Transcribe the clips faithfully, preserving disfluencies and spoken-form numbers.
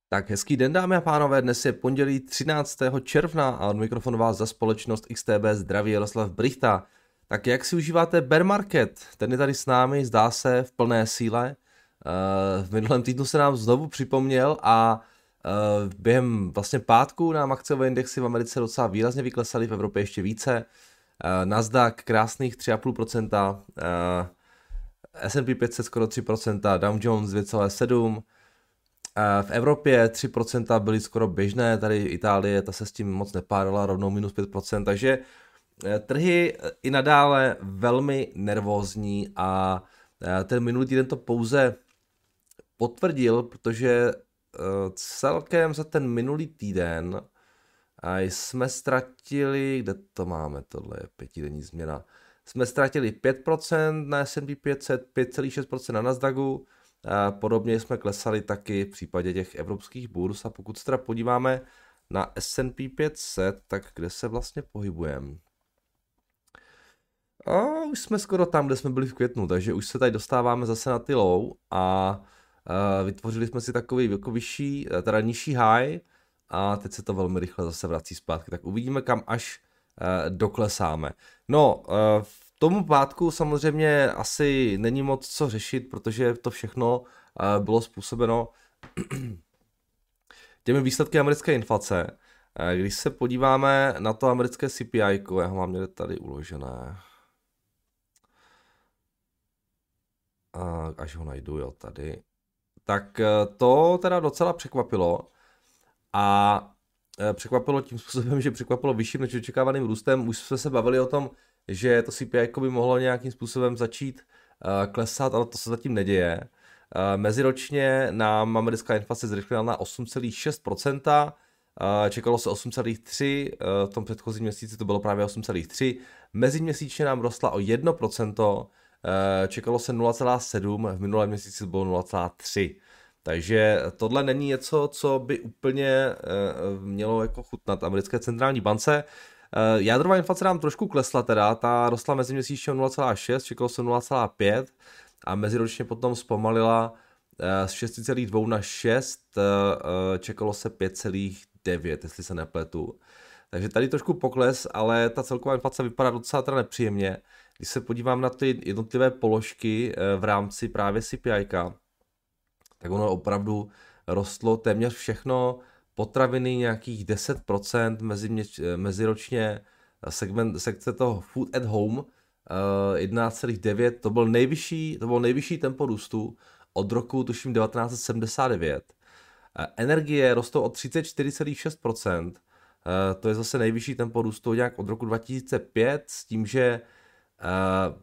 Tak hezký den, dámy a pánové, dnes je pondělí třináctého června a od mikrofonu vás za společnost X T B zdraví Jaroslav Brychta. Tak jak si užíváte bear market? Ten je tady s námi, zdá se, v plné síle. V minulém týdnu se nám znovu připomněl a během vlastně pátku nám akciové indexy v Americe docela výrazně vyklesaly, v Evropě ještě více. Nasdaq krásných tři celá pět procenta, S and P pět set skoro tři procenta, Dow Jones dvě celá sedm procenta. V Evropě tři procenta byly skoro běžné, tady Itálie, ta se s tím moc nepárala, rovnou minus pět procent, takže trhy i nadále velmi nervózní a ten minulý týden to pouze potvrdil, protože celkem za ten minulý týden jsme ztratili, kde to máme, tohle je pětidenní změna, jsme ztratili pět procent na S and P pět set, pět celá šest procent na Nasdaqu. Podobně jsme klesali taky v případě těch evropských burz a pokud se teda podíváme na S and P pět set, tak kde se vlastně pohybujeme? A už jsme skoro tam, kde jsme byli v květnu, takže už se tady dostáváme zase na ty low a vytvořili jsme si takový jako vyšší, teda nižší high a teď se to velmi rychle zase vrací zpátky, tak uvidíme kam až doklesáme. No, v tomu pátku samozřejmě asi není moc co řešit, protože to všechno bylo způsobeno těmi výsledky americké inflace. Když se podíváme na to americké C P I, já ho mám někde tady uložené. Až ho najdu, jo, tady. Tak to teda docela překvapilo a překvapilo tím způsobem, že překvapilo vyšším než očekávaným růstem. Už jsme se bavili o tom, že to C P I by mohlo nějakým způsobem začít uh, klesat, ale to se zatím neděje. Uh, meziročně nám americká inflace zrychlila na osm celá šest procenta, uh, čekalo se osm celá tři procenta, uh, v tom předchozím měsíci to bylo právě osm celá tři procenta, meziměsíčně nám rostla o jedno procento, uh, čekalo se nula celá sedm procenta, v minulém měsíci bylo nula celá tři procenta. Takže tohle není něco, co by úplně uh, mělo jako chutnat americké centrální bance. Uh, jádrová inflace nám trošku klesla teda, ta rostla meziměsíčně o nula celá šest, čekalo se nula celá pět a meziročně potom zpomalila uh, z šest celá dva na šest, uh, čekalo se pět celá devět, jestli se nepletu. Takže tady trošku pokles, ale ta celková inflace vypadá docela teda nepříjemně. Když se podívám na ty jednotlivé položky uh, v rámci právě C P I ka, tak ono opravdu rostlo téměř všechno, potraviny nějakých deset procent, mezi, meziročně segment, sekce toho food at home uh, jedenáct celá devět, to byl nejvyšší, to bylo nejvyšší tempo růstu od roku tuším devatenáct set sedmdesát devět. Uh, energie rostou o třicet čtyři celá šest procent, uh, to je zase nejvyšší tempo růstu nějak od roku dva tisíce pět, s tím, že uh,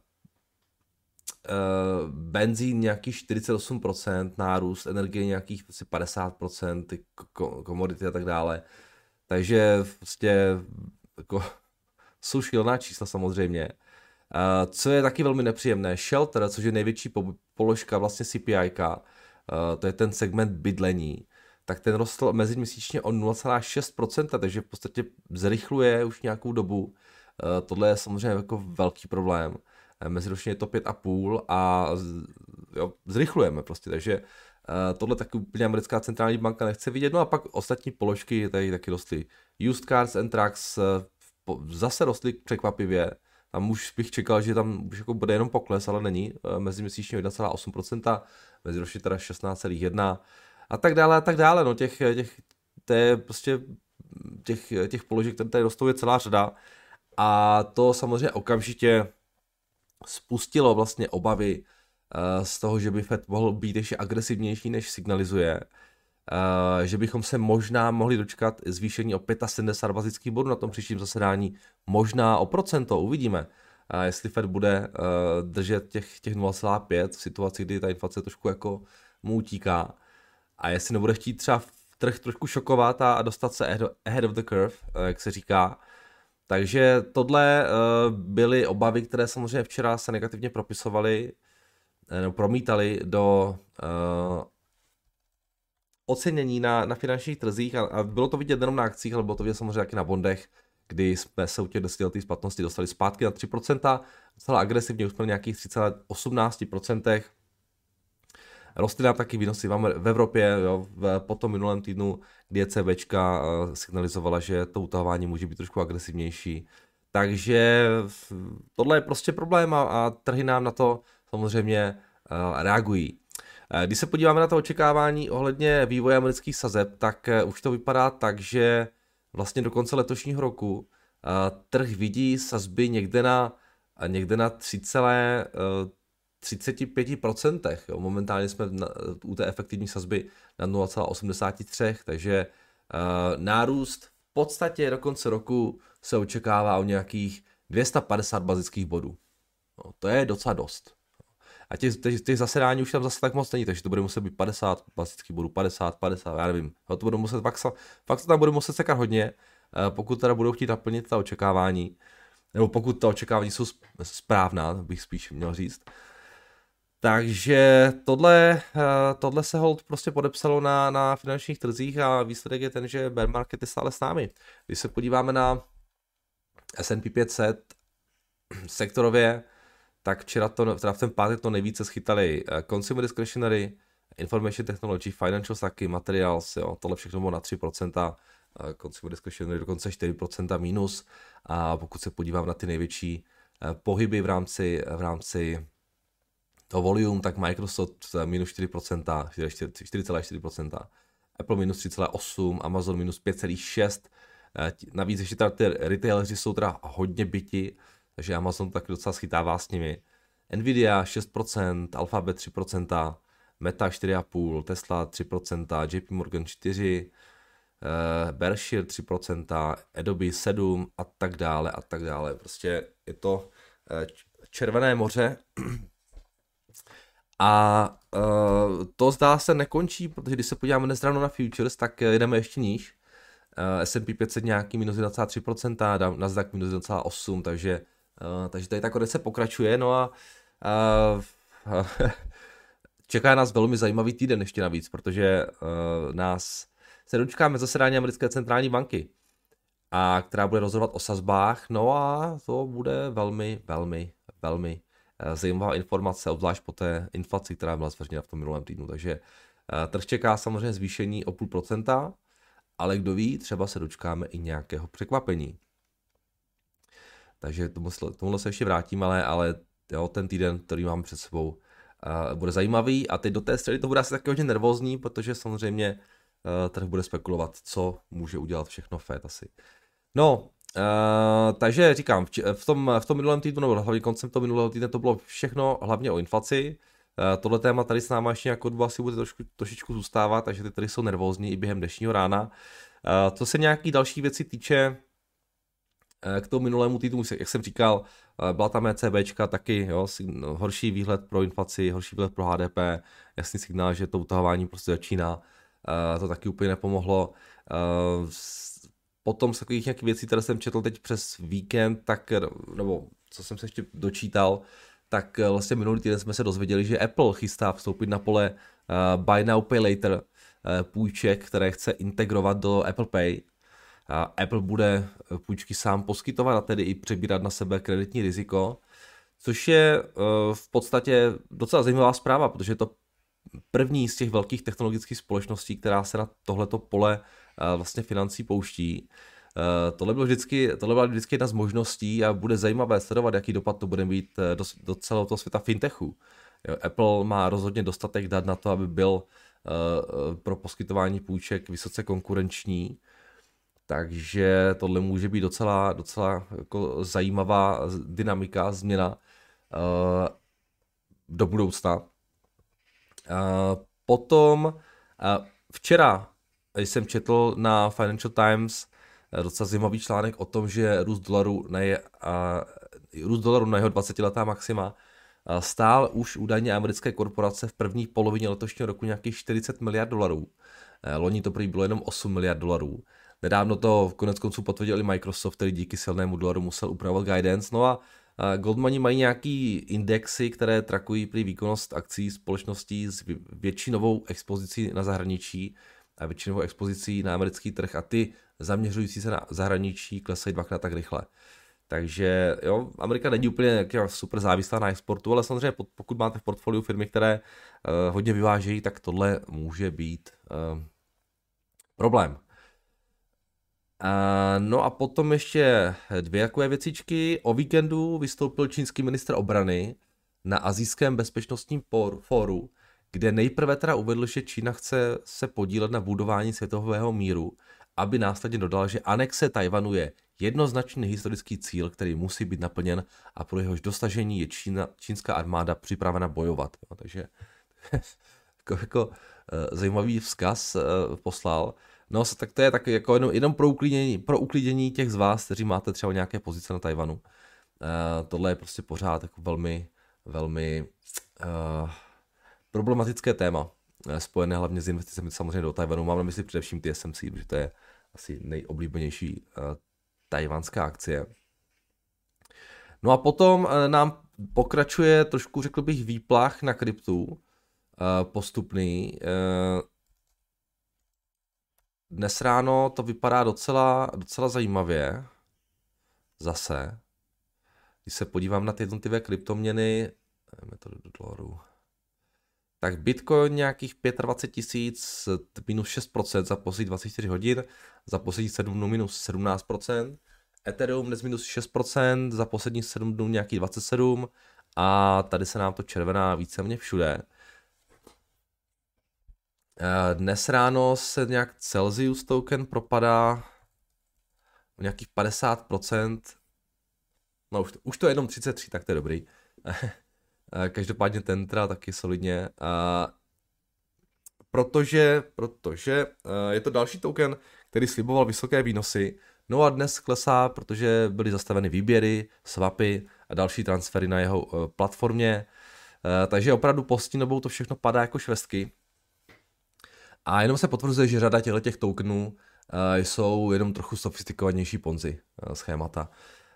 Uh, benzín nějakých čtyřicet osm procent nárůst, energie nějakých prostě padesát procent, ty komodity a tak dále. Takže prostě jako, jsou šílená čísla samozřejmě. Uh, co je taky velmi nepříjemné, shelter, což je největší po- položka vlastně C P I ka, uh, to je ten segment bydlení, tak ten rostl meziměsíčně o nula celá šest procenta, takže v podstatě zrychluje už nějakou dobu. Uh, tohle je samozřejmě jako velký problém. Meziročně je to pět celá pět a jo, zrychlujeme prostě, takže uh, tohle taky úplně americká centrální banka nechce vidět, no a pak ostatní položky tady taky rostly. Used cars and trucks uh, zase rostly překvapivě, tam už bych čekal, že tam už jako bude jenom pokles, ale není, uh, meziměsíčně jedna celá osm procenta, meziročně teda šestnáct celá jedna a tak dále a tak dále, no těch, těch, to je prostě těch, těch položek, které tady rostou je celá řada a to samozřejmě okamžitě spustilo vlastně obavy uh, z toho, že by Fed mohl být ještě agresivnější, než signalizuje, uh, že bychom se možná mohli dočkat zvýšení o sedmdesát pět bazických bodů na tom příštím zasedání, možná o procento, uvidíme, uh, jestli Fed bude uh, držet těch, těch nula celá pět v situaci, kdy ta inflace trošku jako mu utíká a jestli nebude chtít třeba trh trošku šokovat a, a dostat se ahead of, ahead of the curve, uh, jak se říká. Takže tohle uh, byly obavy, které samozřejmě včera se negativně propisovaly, nebo promítaly do uh, ocenění na, na finančních trzích a, a bylo to vidět nejen na akcích, ale bylo to vidět samozřejmě taky na bondech, kdy jsme se u těch desetiletých splatností dostali zpátky na tři procenta, docela agresivně, už jsme na nějakých tři celá osmnáct procent. Rostly nám taky výnosy v Evropě, jo, v, po tom minulém týdnu, kdy ECBčka signalizovala, že to utahování může být trošku agresivnější. Takže tohle je prostě problém a, a trhy nám na to samozřejmě uh, reagují. Když se podíváme na to očekávání ohledně vývoje amerických sazeb, tak už to vypadá tak, že vlastně do konce letošního roku uh, trh vidí sazby někde na, někde na tři celá třicet pět procent. Jo. Momentálně jsme na, u té efektivní sazby na nula celá osmdesát tři, takže uh, nárůst v podstatě do konce roku se očekává o nějakých dvě stě padesát bazických bodů. No, to je docela dost. A těch, těch, těch zasedání už tam zase tak moc není, takže to bude muset být padesát bazických bodů, padesát, padesát, já nevím. No, to bude muset, fakt, fakt se tam bude muset sekat hodně, pokud teda budou chtít naplnit ta očekávání, nebo pokud ta očekávání jsou správná, bych spíš měl říct. Takže tohle, tohle se hold prostě podepsalo na, na finančních trzích a výsledek je ten, že bear market je stále s námi. Když se podíváme na S and P pět set sektorově, tak včera to, teda v ten pátek to nejvíce schytali Consumer Discretionary, Information Technology, Financials taky, Materials, jo, tohle všechno bylo na tři procenta, Consumer Discretionary dokonce čtyři procenta minus a pokud se podívám na ty největší pohyby v rámci, v rámci toho volume, tak Microsoft minus čtyři procenta, čtyři celá čtyři procenta, Apple minus tři celá osm procenta, Amazon minus pět celá šest procenta, navíc ještě teda ty retaileři jsou teda hodně byti, takže Amazon taky docela schytává s nimi. Nvidia šest procent, Alphabet tři procenta, Meta čtyři celá pět procenta, Tesla tři procenta, J P Morgan čtyři procenta, uh, Berkshire tři procenta, Adobe sedm procent a tak dále a tak dále. Prostě je to uh, červené moře. A uh, to zdá se nekončí, protože když se podíváme dnes ráno na futures, tak jdeme ještě níž. Uh, S and P pět set nějaký minus jedna celá tři procenta, Nasdaq minus jedna celá osm procenta, takže, uh, takže tady ta korece pokračuje. No a uh, čeká nás velmi zajímavý týden ještě navíc, protože uh, nás se dočkáme zasedání americké centrální banky, a která bude rozhodovat o sazbách, no a to bude velmi, velmi, velmi zajímavá informace, obzvlášť po té inflaci, která byla zveřejněna v tom minulém týdnu. Takže trh čeká samozřejmě zvýšení o půl procenta, ale kdo ví, třeba se dočkáme i nějakého překvapení. Takže tomu, tomuhle se ještě vrátím, ale, ale jo, ten týden, který mám před sebou, uh, bude zajímavý a teď do té středy to bude asi taky hodně nervózní, protože samozřejmě uh, trh bude spekulovat, co může udělat všechno Fed asi. No, Uh, takže říkám, v, v, tom, v tom minulém týdnu, nebo hlavně koncem toho minulého týdne to bylo všechno hlavně o inflaci. Uh, tohle téma tady s náma ještě nějakou dobu asi bude trošku, trošičku zůstávat, takže ty tady jsou nervózní i během dnešního rána. Uh, co se nějaký další věci týče uh, k tomu minulému týdnu, jak jsem říkal, uh, byla tam ECBčka taky, jo, horší výhled pro inflaci, horší výhled pro H D P, jasný signál, že to utahování prostě začíná, uh, to taky úplně nepomohlo. Uh, Potom z takových nějakých věcí, které jsem četl teď přes víkend, tak, nebo co jsem se ještě dočítal, tak vlastně minulý týden jsme se dozvěděli, že Apple chystá vstoupit na pole uh, Buy Now Pay Later uh, půjček, které chce integrovat do Apple Pay. Uh, Apple bude půjčky sám poskytovat a tedy i přebírat na sebe kreditní riziko, což je uh, v podstatě docela zajímavá zpráva, protože je to první z těch velkých technologických společností, která se na tohleto pole vlastně financí pouští. Tohle bylo vždycky, tohle byla vždycky jedna z možností a bude zajímavé sledovat, jaký dopad to bude mít do, do celého toho světa fintechu. Apple má rozhodně dostatek dat na to, aby byl uh, pro poskytování půjček vysoce konkurenční, takže tohle může být docela, docela jako zajímavá dynamika, změna uh, do budoucna. Uh, potom uh, včera jsem četl na Financial Times docela zajímavý článek o tom, že růst dolaru na, je, a, růst dolaru na jeho dvacetiletá maxima stál už údajně americké korporace v první polovině letošního roku nějakých čtyřicet miliard dolarů. Loni to prý bylo jenom osm miliard dolarů. Nedávno to konec konců potvrdil i Microsoft, který díky silnému dolaru musel upravovat guidance. No a Goldmani mají nějaký indexy, které trakují prý výkonnost akcí společností s většinovou expozicí na zahraničí a většinovou expozicí na americký trh a ty zaměřující se na zahraničí klesají dvakrát tak rychle. Takže jo, Amerika není úplně jako super závislá na exportu, ale samozřejmě pokud máte v portfoliu firmy, které uh, hodně vyvážejí, tak tohle může být uh, problém. Uh, no a potom ještě dvě takové věcičky. O víkendu vystoupil čínský ministr obrany na asijském bezpečnostním fóru, kde nejprve teda uvedl, že Čína chce se podílet na budování světového míru, aby následně dodal, že anexe Tajvanu je jednoznačný historický cíl, který musí být naplněn a pro jehož dosažení je Čína, čínská armáda připravena bojovat. Jo, takže jako, jako uh, zajímavý vzkaz uh, poslal. No, tak to je tak jako jenom, jenom pro, uklidnění, pro uklidnění těch z vás, kteří máte třeba nějaké pozice na Tajvanu. Uh, tohle je prostě pořád jako velmi, velmi uh, problematické téma, spojené hlavně s investicemi samozřejmě do Tajvanu. Mám na mysli především T S M C, protože to je asi nejoblíbenější uh, tajvanská akcie. No a potom uh, nám pokračuje trošku, řekl bych, výplach na kryptu, uh, postupný. Uh, dnes ráno to vypadá docela, docela zajímavě. Zase. Když se podívám na ty jednotlivé kryptoměny, dajme to do dolaru. Tak Bitcoin nějakých dvacet pět tisíc, minus šest procent za poslední dvacet čtyři hodin, za poslední sedm dnů minus sedmnáct procent, Ethereum dnes minus šest procent, za poslední sedm dnů nějaký dvacet sedm procent a tady se nám to červená víceméně všude. Dnes ráno se nějak Celsius token propadá o nějakých padesát procent, no už to, už to je jenom třicet tři, tak to je dobrý. Každopádně Tentra taky solidně, a protože, protože je to další token, který sliboval vysoké výnosy, no a dnes klesá, protože byly zastaveny výběry, swapy a další transfery na jeho platformě, takže opravdu poslední to všechno padá jako švestky. A jenom se potvrzuje, že řada těch tokenů jsou jenom trochu sofistikovanější ponzi schémata,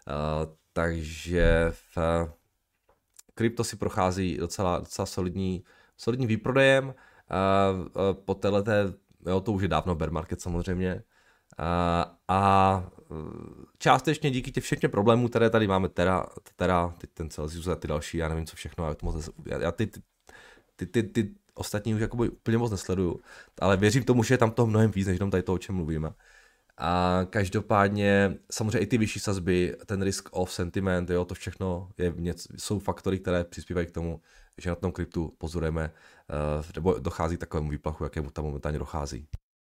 takže v krypto si prochází docela, docela solidní, solidní výprodejem. Uh, uh, po téhleté, jo, to už je dávno bear market samozřejmě. Uh, a částečně díky těch všech problémů, které tady máme, teda, teda teď ten Celsius a ty další, já nevím co všechno, já, to moc, já ty, ty, ty, ty, ty ostatní už jakoby úplně moc nesleduju, ale věřím tomu, že je tam toho mnohem víc, než jenom tady to, o čem mluvíme. A každopádně samozřejmě i ty vyšší sazby, ten risk off sentiment, jo, to všechno je něco, jsou faktory, které přispívají k tomu, že na tom kryptu pozorujeme, uh, nebo dochází k takovému výplachu, jakému tam momentálně dochází.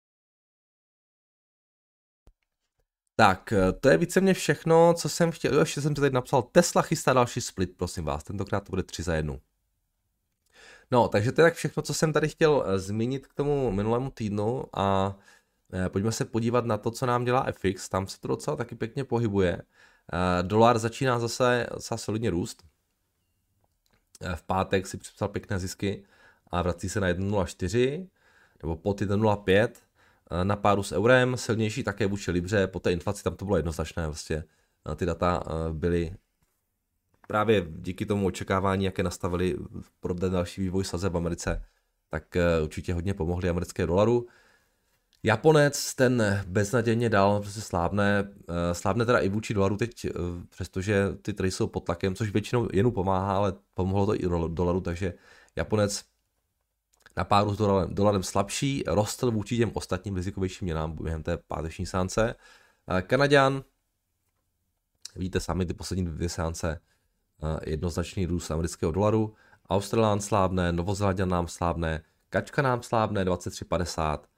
Tak, to je víceméně všechno, co jsem chtěl. Jo, ještě jsem si tady napsal, Tesla chystá další split, prosím vás, tentokrát to bude tři za jednu. No, takže to je tak všechno, co jsem tady chtěl zmínit k tomu minulému týdnu a pojďme se podívat na to, co nám dělá F X, tam se to docela taky pěkně pohybuje. Dolar začíná zase, zase solidně růst. V pátek si připsal pěkné zisky a vrací se na jedna nula čtyři nebo pod jedna nula pět. Na páru s eurem, silnější také vůči libře, po té inflaci tam to bylo jednoznačné, vlastně ty data byly právě díky tomu očekávání, jaké nastavili pro ten další vývoj sazeb v Americe, tak určitě hodně pomohli americké dolaru. Japonec, ten beznadějně dál prostě slábne, slábne teda i vůči dolaru teď, přestože ty trhy jsou pod tlakem, což většinou jenu pomáhá, ale pomohlo to i dolaru, takže Japonec na páru s dolarem, dolarem slabší, rostl vůči těm ostatním rizikovějším měnám během té páteční seance. Kanaďan, vidíte sami ty poslední dvě seance, jednoznačný růst amerického dolaru. Australán slábne, Novozélanďan nám slábne, kačka nám slábne dvacet tři padesát.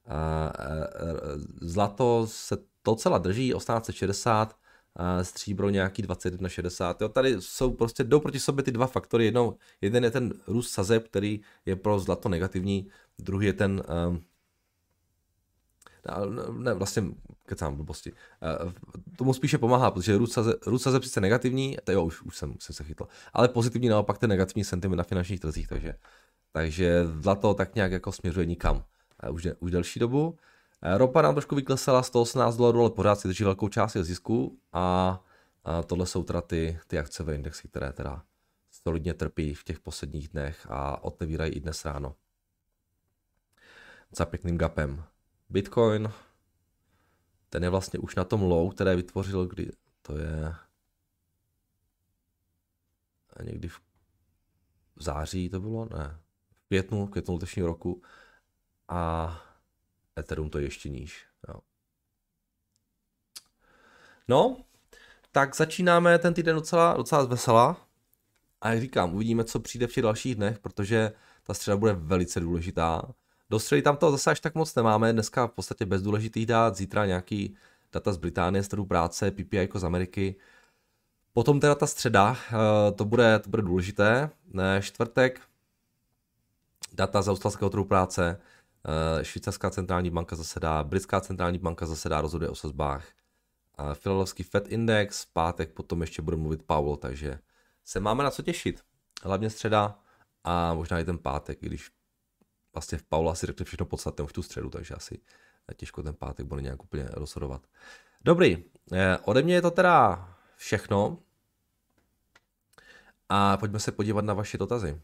Zlato se docela drží osmnáct set šedesát, stříbro nějaký dvacet jedna šedesát. Jo, tady jsou prostě, jdou proti sobě ty dva faktory. Jednou, jeden je ten růst sazeb, který je pro zlato negativní, druhý je ten um, ne, vlastně kecám blbosti. Uh, tomu spíše pomáhá, protože růst sazeb, růst sazeb sice negativní, to jo, už, už, jsem, už jsem se chytl, ale pozitivní naopak ten negativní sentiment na finančních trzích, takže, takže zlato tak nějak jako směřuje nikam. Uh, už, už delší dobu. Ropa nám trošku vyklesala sto osmnáct dolarů, ale pořád si drží velkou část zisku a, a tohle jsou teda ty, ty akciové indexy, které teda solidně trpí v těch posledních dnech a otevírají i dnes ráno. Za pěkným gapem. Bitcoin, ten je vlastně už na tom low, které vytvořil, kdy to je někdy v září to bylo, ne, v květnu, v květnu letošního roku a Ethereum to je ještě níž. Jo. No, tak začínáme ten týden docela, docela vesela a jak říkám, uvidíme, co přijde v těch dalších dnech, protože ta středa bude velice důležitá. Do středy tam toho zase až tak moc nemáme, dneska v podstatě bez důležitých dát, zítra nějaký data z Británie, z trhu práce, P P I jako z Ameriky. Potom teda ta středa, to bude, to bude důležité, čtvrtek, data z australského trhu práce, švýcarská centrální banka zasedá, britská centrální banka zasedá, rozhoduje o sazbách, Filadelfský Fed Index, v pátek potom ještě bude mluvit Powell, takže se máme na co těšit. Hlavně středa a možná i ten pátek, i když vlastně v Powell asi řekne všechno podstatné už tu středu, takže asi těžko ten pátek bude nějak úplně rozhodovat. Dobrý, ode mě je to teda všechno a pojďme se podívat na vaše dotazy.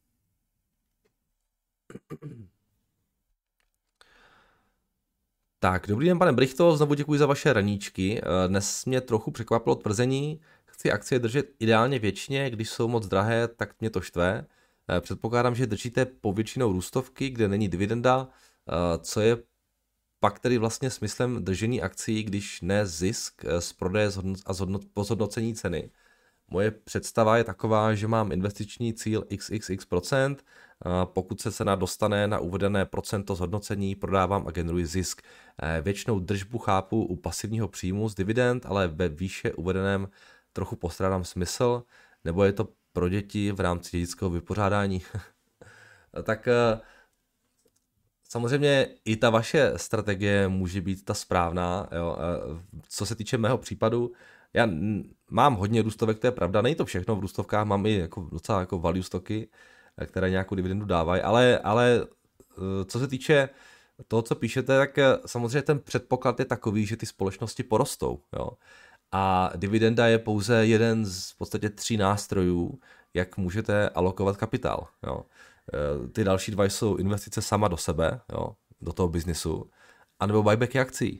Tak, dobrý den, pane Brichto, znovu děkuji za vaše raníčky. Dnes mě trochu překvapilo tvrzení, chci akcie držet ideálně věčně, když jsou moc drahé, tak mě to štve. Předpokládám, že držíte povětšinou růstovky, kde není dividenda. Co je pak tedy vlastně smyslem držení akcí, když ne zisk z prodeje a po zhodnocení ceny? Moje představa je taková, že mám investiční cíl x x x procent, pokud se cena dostane na uvedené procento zhodnocení, prodávám a generuji zisk. Většinou držbu chápu u pasivního příjmu z dividend, ale ve výše uvedeném trochu postrádám smysl, nebo je to pro děti v rámci dědického vypořádání. Tak samozřejmě i ta vaše strategie může být ta správná. Jo. Co se týče mého případu, já mám hodně růstovek, to je pravda, není to všechno v růstovkách, mám i jako docela jako value stoky, které nějakou dividendu dávají, ale, ale co se týče toho, co píšete, tak samozřejmě ten předpoklad je takový, že ty společnosti porostou. Jo. A dividenda je pouze jeden z v podstatě tří nástrojů, jak můžete alokovat kapitál. Jo. Ty další dva jsou investice sama do sebe, jo, do toho biznisu, anebo buybacky akcí.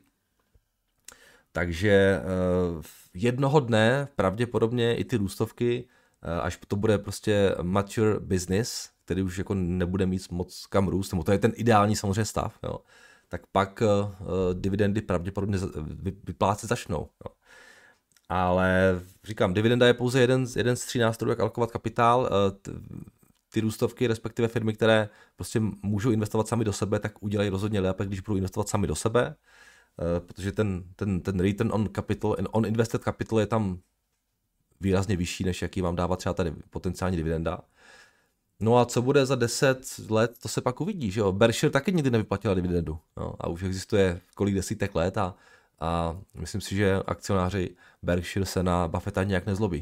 Takže jednoho dne pravděpodobně i ty růstovky, až to bude prostě mature business, který už jako nebude mít moc kam růst, nebo to je ten ideální samozřejmě stav, jo, tak pak dividendy pravděpodobně vyplácet začnou. Jo. Ale říkám, dividenda je pouze jeden z, jeden z tří nástrojů, jak alokovat kapitál. Ty růstovky, respektive firmy, které prostě můžou investovat sami do sebe, tak udělají rozhodně lépe, když budou investovat sami do sebe, protože ten, ten, ten return on capital, on invested capital je tam výrazně vyšší, než jaký vám dává třeba tady potenciální dividenda. No a co bude za deset let, to se pak uvidí, že jo. Berkshire taky nikdy nevyplatila dividendu, no, a už existuje kolik desítek let a, a myslím si, že akcionáři Berkshire se na Buffetta nějak nezlobí.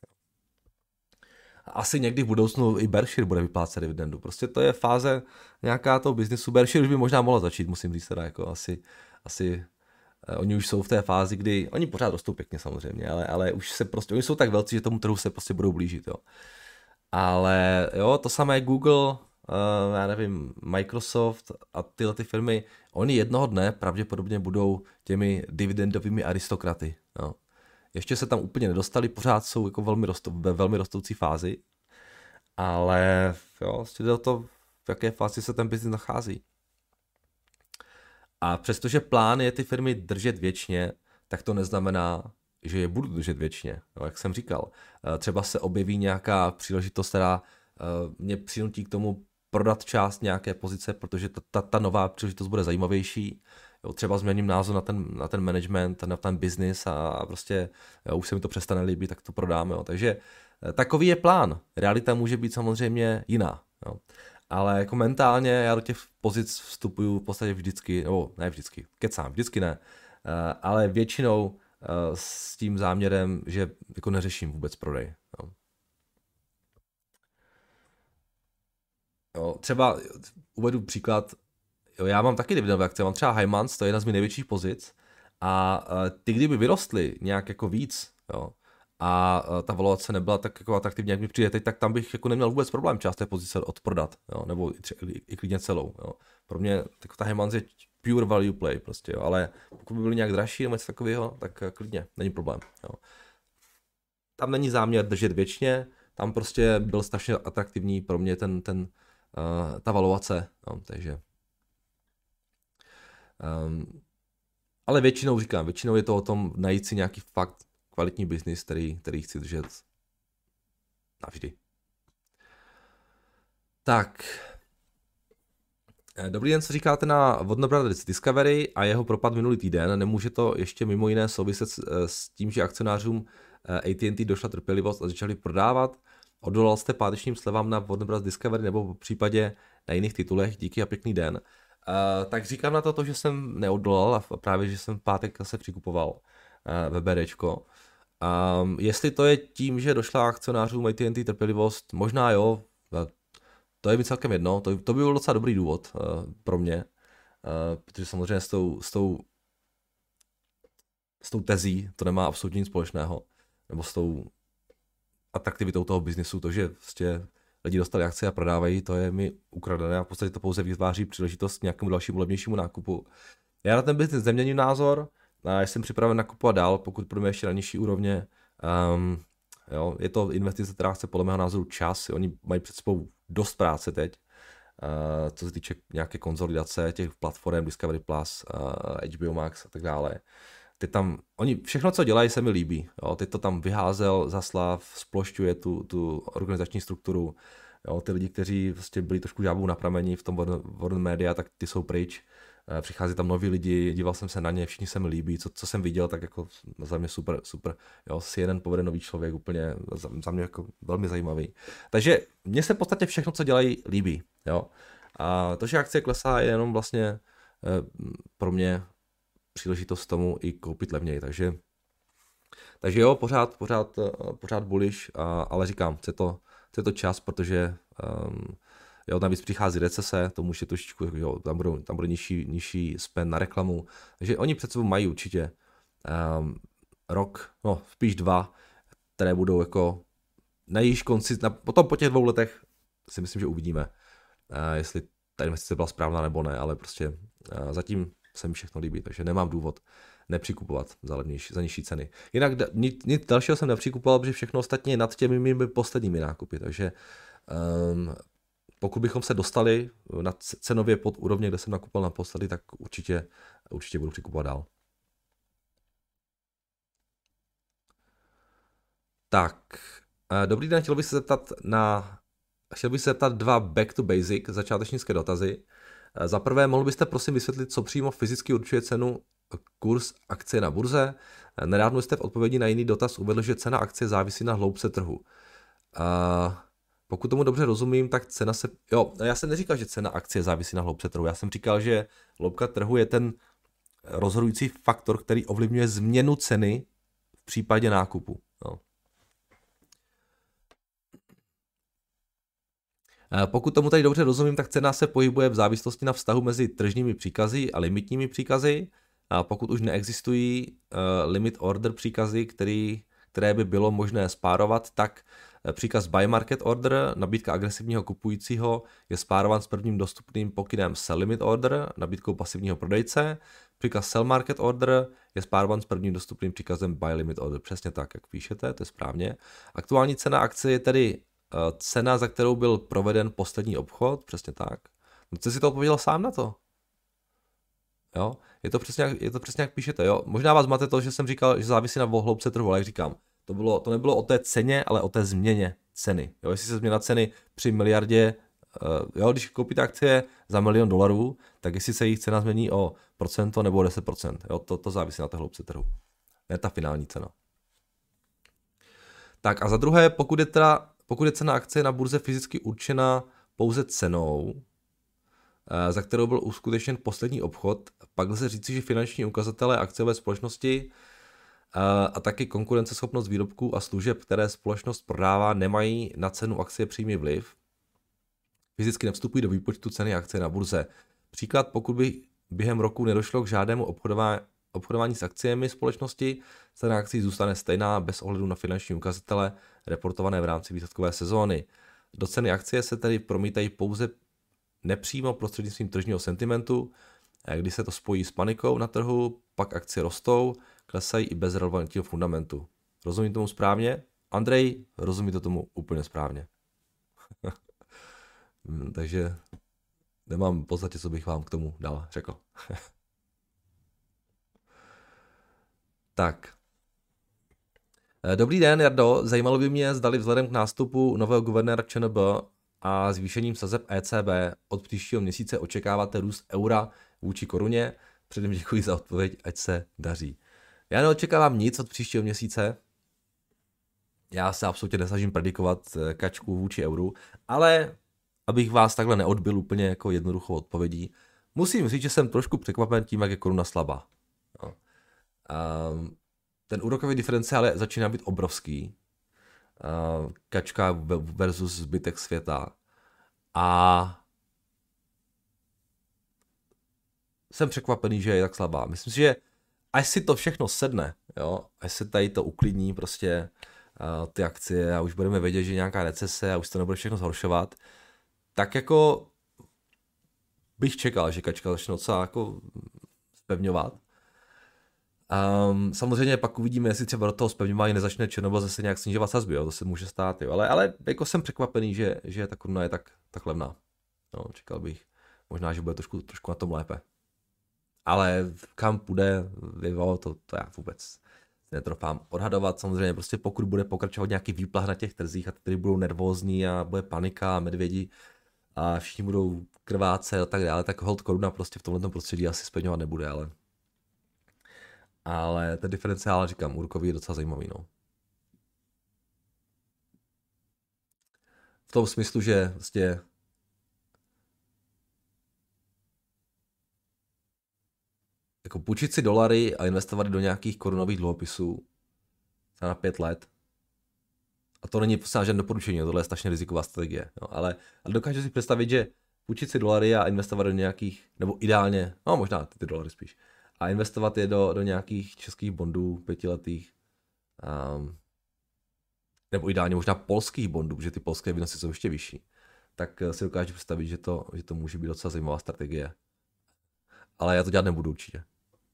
Asi někdy v budoucnu i Berkshire bude vyplácet dividendu. Prostě to je fáze nějaká toho biznisu. Berkshire už by možná mohla začít, musím říct teda, jako asi, asi eh, oni už jsou v té fázi, kdy, oni pořád rostou pěkně samozřejmě, ale, ale už se prostě, oni jsou tak velcí, že tomu trhu se prostě budou blížit, jo. Ale jo, to samé Google, uh, já nevím, Microsoft a tyhle ty firmy, oni jednoho dne pravděpodobně budou těmi dividendovými aristokraty, jo. Ještě se tam úplně nedostali, pořád jsou jako velmi rostou, ve velmi rostoucí fázi, ale jo, jde o to, v jaké fázi se ten biznis nachází. A přestože plán je ty firmy držet věčně, tak to neznamená, že je budu držet věčně. No, jak jsem říkal, třeba se objeví nějaká příležitost, která mě přinutí k tomu prodat část nějaké pozice, protože ta, ta, ta nová příležitost bude zajímavější. Jo, třeba změním názor na ten, na ten management, na ten business a, a prostě jo, už se mi to přestane líbit, tak to prodáme. Jo. Takže takový je plán. Realita může být samozřejmě jiná. Jo. Ale jako mentálně já do těch pozic vstupuju v podstatě vždycky, nebo ne vždycky, kecám, vždycky ne, ale většinou s tím záměrem, že jako neřeším vůbec prodej. Jo. Jo, třeba uvedu příklad, jo, já mám taky dividendové akce, mám třeba Heimans, to je jedna z mých největších pozic a ty kdyby vyrostly nějak jako víc, jo, a ta valuace nebyla tak jako atraktivní, jak mi přijde teď, tak tam bych jako neměl vůbec problém část té pozice odprodat, jo, nebo i, třeba, i klidně celou. Jo. Pro mě jako ta Heimans je pure value play prostě, jo, ale pokud by byly nějak dražší nebo něco takového, tak klidně, není problém. Jo. Tam není záměr držet věčně, tam prostě byl strašně atraktivní pro mě ten, ten, uh, ta valuace, no, takže um, ale většinou říkám, většinou je to o tom najít si nějaký fakt kvalitní biznis, který, který chci držet navždy. Tak. Dobrý den, co říkáte na Warner Brothers Discovery a jeho propad minulý týden? Nemůže to ještě mimo jiné souviset s, s tím, že akcionářům A T and T došla trpělivost a začali prodávat? Odolal jste pátečním slevám na Warner Brothers Discovery nebo v případě na jiných titulech? Díky a pěkný den. Uh, tak říkám na to, to, že jsem neodolal a právě, že jsem v pátek se přikupoval uh, VBDčko. Um, jestli to je tím, že došla akcionářům A T and T trpělivost, možná jo, to je mi celkem jedno, to, to by byl docela dobrý důvod uh, pro mě, uh, protože samozřejmě s tou, s, tou, s tou tezí to nemá absolutně nic společného, nebo s tou atraktivitou toho biznisu, to, že vlastně lidi dostali akcie a prodávají, to je mi ukradené a v podstatě to pouze vytváří příležitost k nějakému dalšímu levnějšímu nákupu. Já na ten biznis neměním názor, a jsem připraven nakupovat dál, pokud půjdeme ještě na nižší úrovně. Um, jo, je to investice, která chce podle mého názoru čas, oni mají před sebou dost práce teď, uh, co se týče nějaké konzolidace těch platform Discovery Plus, uh, H B O Max a tak dále. Ty tam, oni, všechno, co dělají, se mi líbí. Jo, ty to tam vyházel Zaslav, splošťuje tu, tu organizační strukturu. Jo, ty lidi, kteří vlastně byli trošku žábou na prameni v tom Warner Media, tak ty jsou pryč. Přichází tam noví lidi, díval jsem se na ně, všichni se mi líbí, co, co jsem viděl, tak jako za mě super, super. Jo, si jeden povede nový člověk, úplně za, za mě jako velmi zajímavý. Takže mně se v podstatě všechno, co dělají, líbí. Jo. A to, že akcie klesá, je jenom vlastně eh, pro mě příležitost tomu i koupit levněji. Takže, takže jo, pořád, pořád, pořád bullish, a, ale říkám, chce to, chce to čas, protože um, jo, navíc přichází recese, to může trošičku, jo, tam, budou, tam bude nižší, nižší spend na reklamu, takže oni před sebou mají určitě um, rok, no spíš dva, které budou jako na již konci, na, potom po těch dvou letech si myslím, že uvidíme, uh, jestli ta investice byla správná nebo ne, ale prostě uh, zatím se mi všechno líbí, takže nemám důvod nepřikupovat za, levnější, za nižší ceny. Jinak nic, nic dalšího jsem nepřikupoval, protože všechno ostatně je nad těmi mými posledními nákupy, takže um, pokud bychom se dostali na cenově pod úrovně, kde jsem nakupoval naposledy, tak určitě, určitě budu přikupovat dál. Tak, dobrý den, chtěl bych se zeptat na, chtěl bych se zeptat dva back to basic začátečnické dotazy. Za prvé, mohl byste prosím vysvětlit, co přímo fyzicky určuje cenu kurz akcie na burze? Nedávno jste v odpovědi na jiný dotaz uvedl, že cena akcie závisí na hloubce trhu. Uh, Pokud tomu dobře rozumím, tak cena se... Jo, já jsem neříkal, že cena akcie závisí na hloubce trhu. Já jsem říkal, že hloubka trhu je ten rozhodující faktor, který ovlivňuje změnu ceny v případě nákupu. No. Pokud tomu tady dobře rozumím, tak cena se pohybuje v závislosti na vztahu mezi tržními příkazy a limitními příkazy. A pokud už neexistují uh, limit order příkazy, který, které by bylo možné spárovat, tak příkaz buy market order, nabídka agresivního kupujícího, je spárován s prvním dostupným pokynem sell limit order, nabídkou pasivního prodejce. Příkaz sell market order je spárován s prvním dostupným příkazem buy limit order. Přesně tak, jak píšete, to je správně. Aktuální cena akcie je tedy uh, cena, za kterou byl proveden poslední obchod, přesně tak. Jste si to odpověděl sám na to? Jo, je to přesně, jak, je to přesně jak píšete, jo. Možná vás máte to, že jsem říkal, že závisí na hloubce trhu, ale jak říkám, To, bylo, to nebylo o té ceně, ale o té změně ceny. Jo, jestli se změna ceny při miliardě, uh, jo, když koupíte akcie za milion dolarů, tak jestli se jejich cena změní o procento nebo o deset procent. Jo, to, to závisí na té hloubce trhu. Ne ta finální cena. Tak a za druhé, pokud je, teda, pokud je cena akcie na burze fyzicky určena pouze cenou, uh, za kterou byl uskutečněn poslední obchod, pak lze říci, že finanční ukazatele akciové společnosti a taky konkurenceschopnost výrobků a služeb, které společnost prodává, nemají na cenu akcie přímý vliv. Fyzicky nevstupují do výpočtu ceny akcie na burze. Příklad, pokud by během roku nedošlo k žádnému obchodování, obchodování s akciemi společnosti, cena akcí zůstane stejná bez ohledu na finanční ukazatele reportované v rámci výsledkové sezóny. Do ceny akcie se tedy promítají pouze nepřímo prostřednictvím tržního sentimentu, kdy se to spojí s panikou na trhu, pak akcie rostou, klesají i bez relevantního fundamentu. Rozumím tomu správně? Andrej, rozumíte tomu úplně správně. Takže nemám v podstatě, co bych vám k tomu dal řekl. Tak. Dobrý den, Jardo. Zajímalo by mě, zdali vzhledem k nástupu nového guvernéra ČNB a zvýšením sazeb E C B od příštího měsíce očekáváte růst eura vůči koruně. Předem děkuji za odpověď, ať se daří. Já neočekávám nic od příštího měsíce. Já se absolutně nesnažím predikovat kačku vůči euru, ale abych vás takhle neodbil úplně jako jednoduchou odpovědí, musím říct, že jsem trošku překvapen tím, jak je koruna slabá. No. Um, ten úrokový diferenciál začíná být obrovský. Uh, kačka versus zbytek světa. A jsem překvapený, že je tak slabá. Myslím si, že až si to všechno sedne, jo, až se tady to uklidní prostě uh, ty akcie a už budeme vědět, že nějaká recese a už to nebude všechno zhoršovat, tak jako bych čekal, že kačka začne docela jako zpevňovat. Um, samozřejmě pak uvidíme, jestli třeba do toho zpevňování nezačne ČNB zase nějak snižovat sazby, jo, to se může stát, jo. Ale, ale jako jsem překvapený, že, že ta koruna je tak, tak levná. No, čekal bych možná, že bude trošku, trošku na tom lépe. Ale kam půjde, vyvo, to, to já vůbec netrofám odhadovat. Samozřejmě prostě pokud bude pokračovat nějaký výplach na těch trzích a ty budou nervózní a bude panika a medvědi a všichni budou krvácet a tak dále, tak hold koruna prostě v tomhle prostředí asi zpevňovat nebude, ale ale ten diferenciál, říkám, úrokový je docela zajímavý, no. V tom smyslu, že vlastně jako půjčit si dolary a investovat do nějakých korunových dluhopisů na pět let. A to není prostě žádné doporučení, tohle je strašně riziková strategie. No, ale, ale dokážu si představit, že půjčit si dolary a investovat do nějakých, nebo ideálně, no možná ty, ty dolary spíš, a investovat je do, do nějakých českých bondů pětiletých, um, nebo ideálně možná polských bondů, protože ty polské výnosy jsou ještě vyšší, tak si dokážu představit, že to, že to může být docela zajímavá strategie. Ale já to dělat nebudu určitě.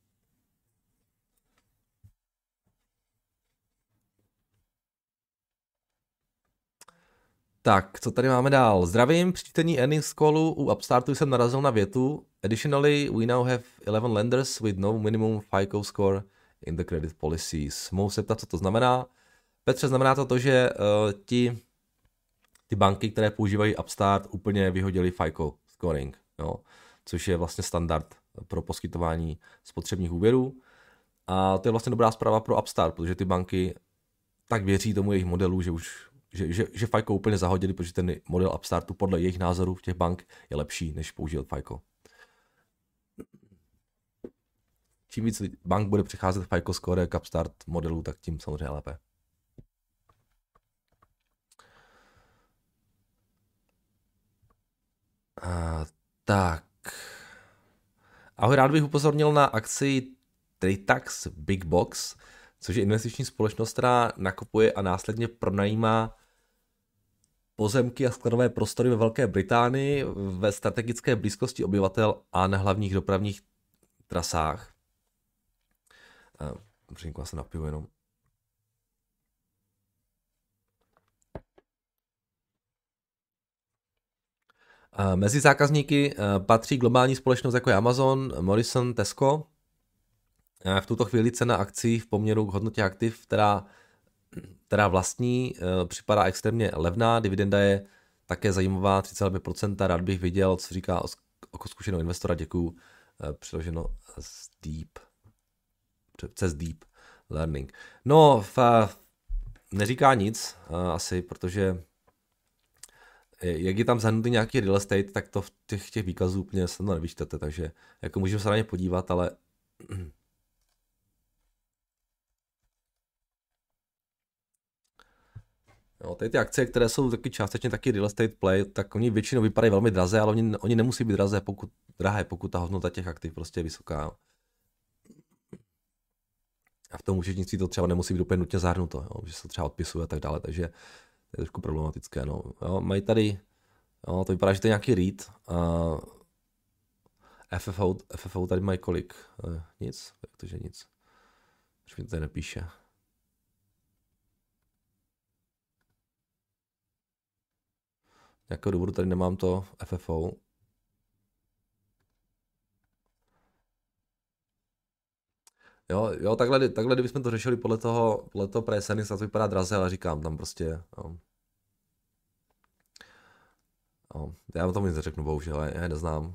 Tak, co tady máme dál? Zdravím, při čtení earnings callu u Upstartu jsem narazil na větu. Additionally, we now have eleven lenders with no minimum FICO score in the credit policies. Mohu se ptat, co to znamená? Petře, znamená to to, že uh, ti, ty banky, které používají Upstart, úplně vyhodili FICO scoring, jo? Což je vlastně standard pro poskytování spotřebních úvěrů. A to je vlastně dobrá zpráva pro Upstart, protože ty banky tak věří tomu jejich modelu, že už že, že, že FICO úplně zahodili, protože ten model Upstartu podle jejich názorů v těch bank je lepší, než použil FICO. Čím víc bank bude přecházet FICO score k Upstart modelu, tak tím samozřejmě lépe. A, tak. Ahoj, rád bych upozornil na akci Tritax Big Box, což je investiční společnost, která nakupuje a následně pronajímá pozemky a skladové prostory ve Velké Británii ve strategické blízkosti obyvatel a na hlavních dopravních trasách. Přinku, já se napiju jenom. Mezi zákazníky patří globální společnost jako je Amazon, Morrison, Tesco. V tuto chvíli cena akcí v poměru k hodnotě aktiv, která, která vlastní, připadá extrémně levná. Dividenda je také zajímavá, tři celá pět procenta. Rád bych viděl, co říká jako zkušeného investora. Děkuju. Přeloženo z Deep. Přes Deep Learning. No, v, neříká nic asi, protože jak je tam zahrnutý nějaký real estate, tak to v těch, těch výkazů úplně snadno nevyčtete, takže jako můžeme se na ně podívat, ale no, tady ty akcie, které jsou taky částečně taky real estate play, tak oni většinou vypadají velmi draze, ale oni, oni nemusí být draze, pokud, drahé, pokud ta hodnota těch aktiv prostě je vysoká. A v tom účetnictví to třeba nemusí být úplně nutně zahrnuto, jo, že se třeba odpisuje a tak dále, takže to je trošku problematické. No. Jo, mají tady, jo, to vypadá, že to je nějaký REIT. Uh, F F O, F F O tady mají kolik? Uh, nic, jak to, že nic. Už mi to tady nepíše. nějakého důvodu tady nemám to F F O. Jo, jo, takhle, takhle kdybychom to řešili podle toho, podle toho price earnings, tak to vypadá draze, ale říkám, tam prostě, jo. Jo, já o tom nic neřeknu, bohužel, já je neznám.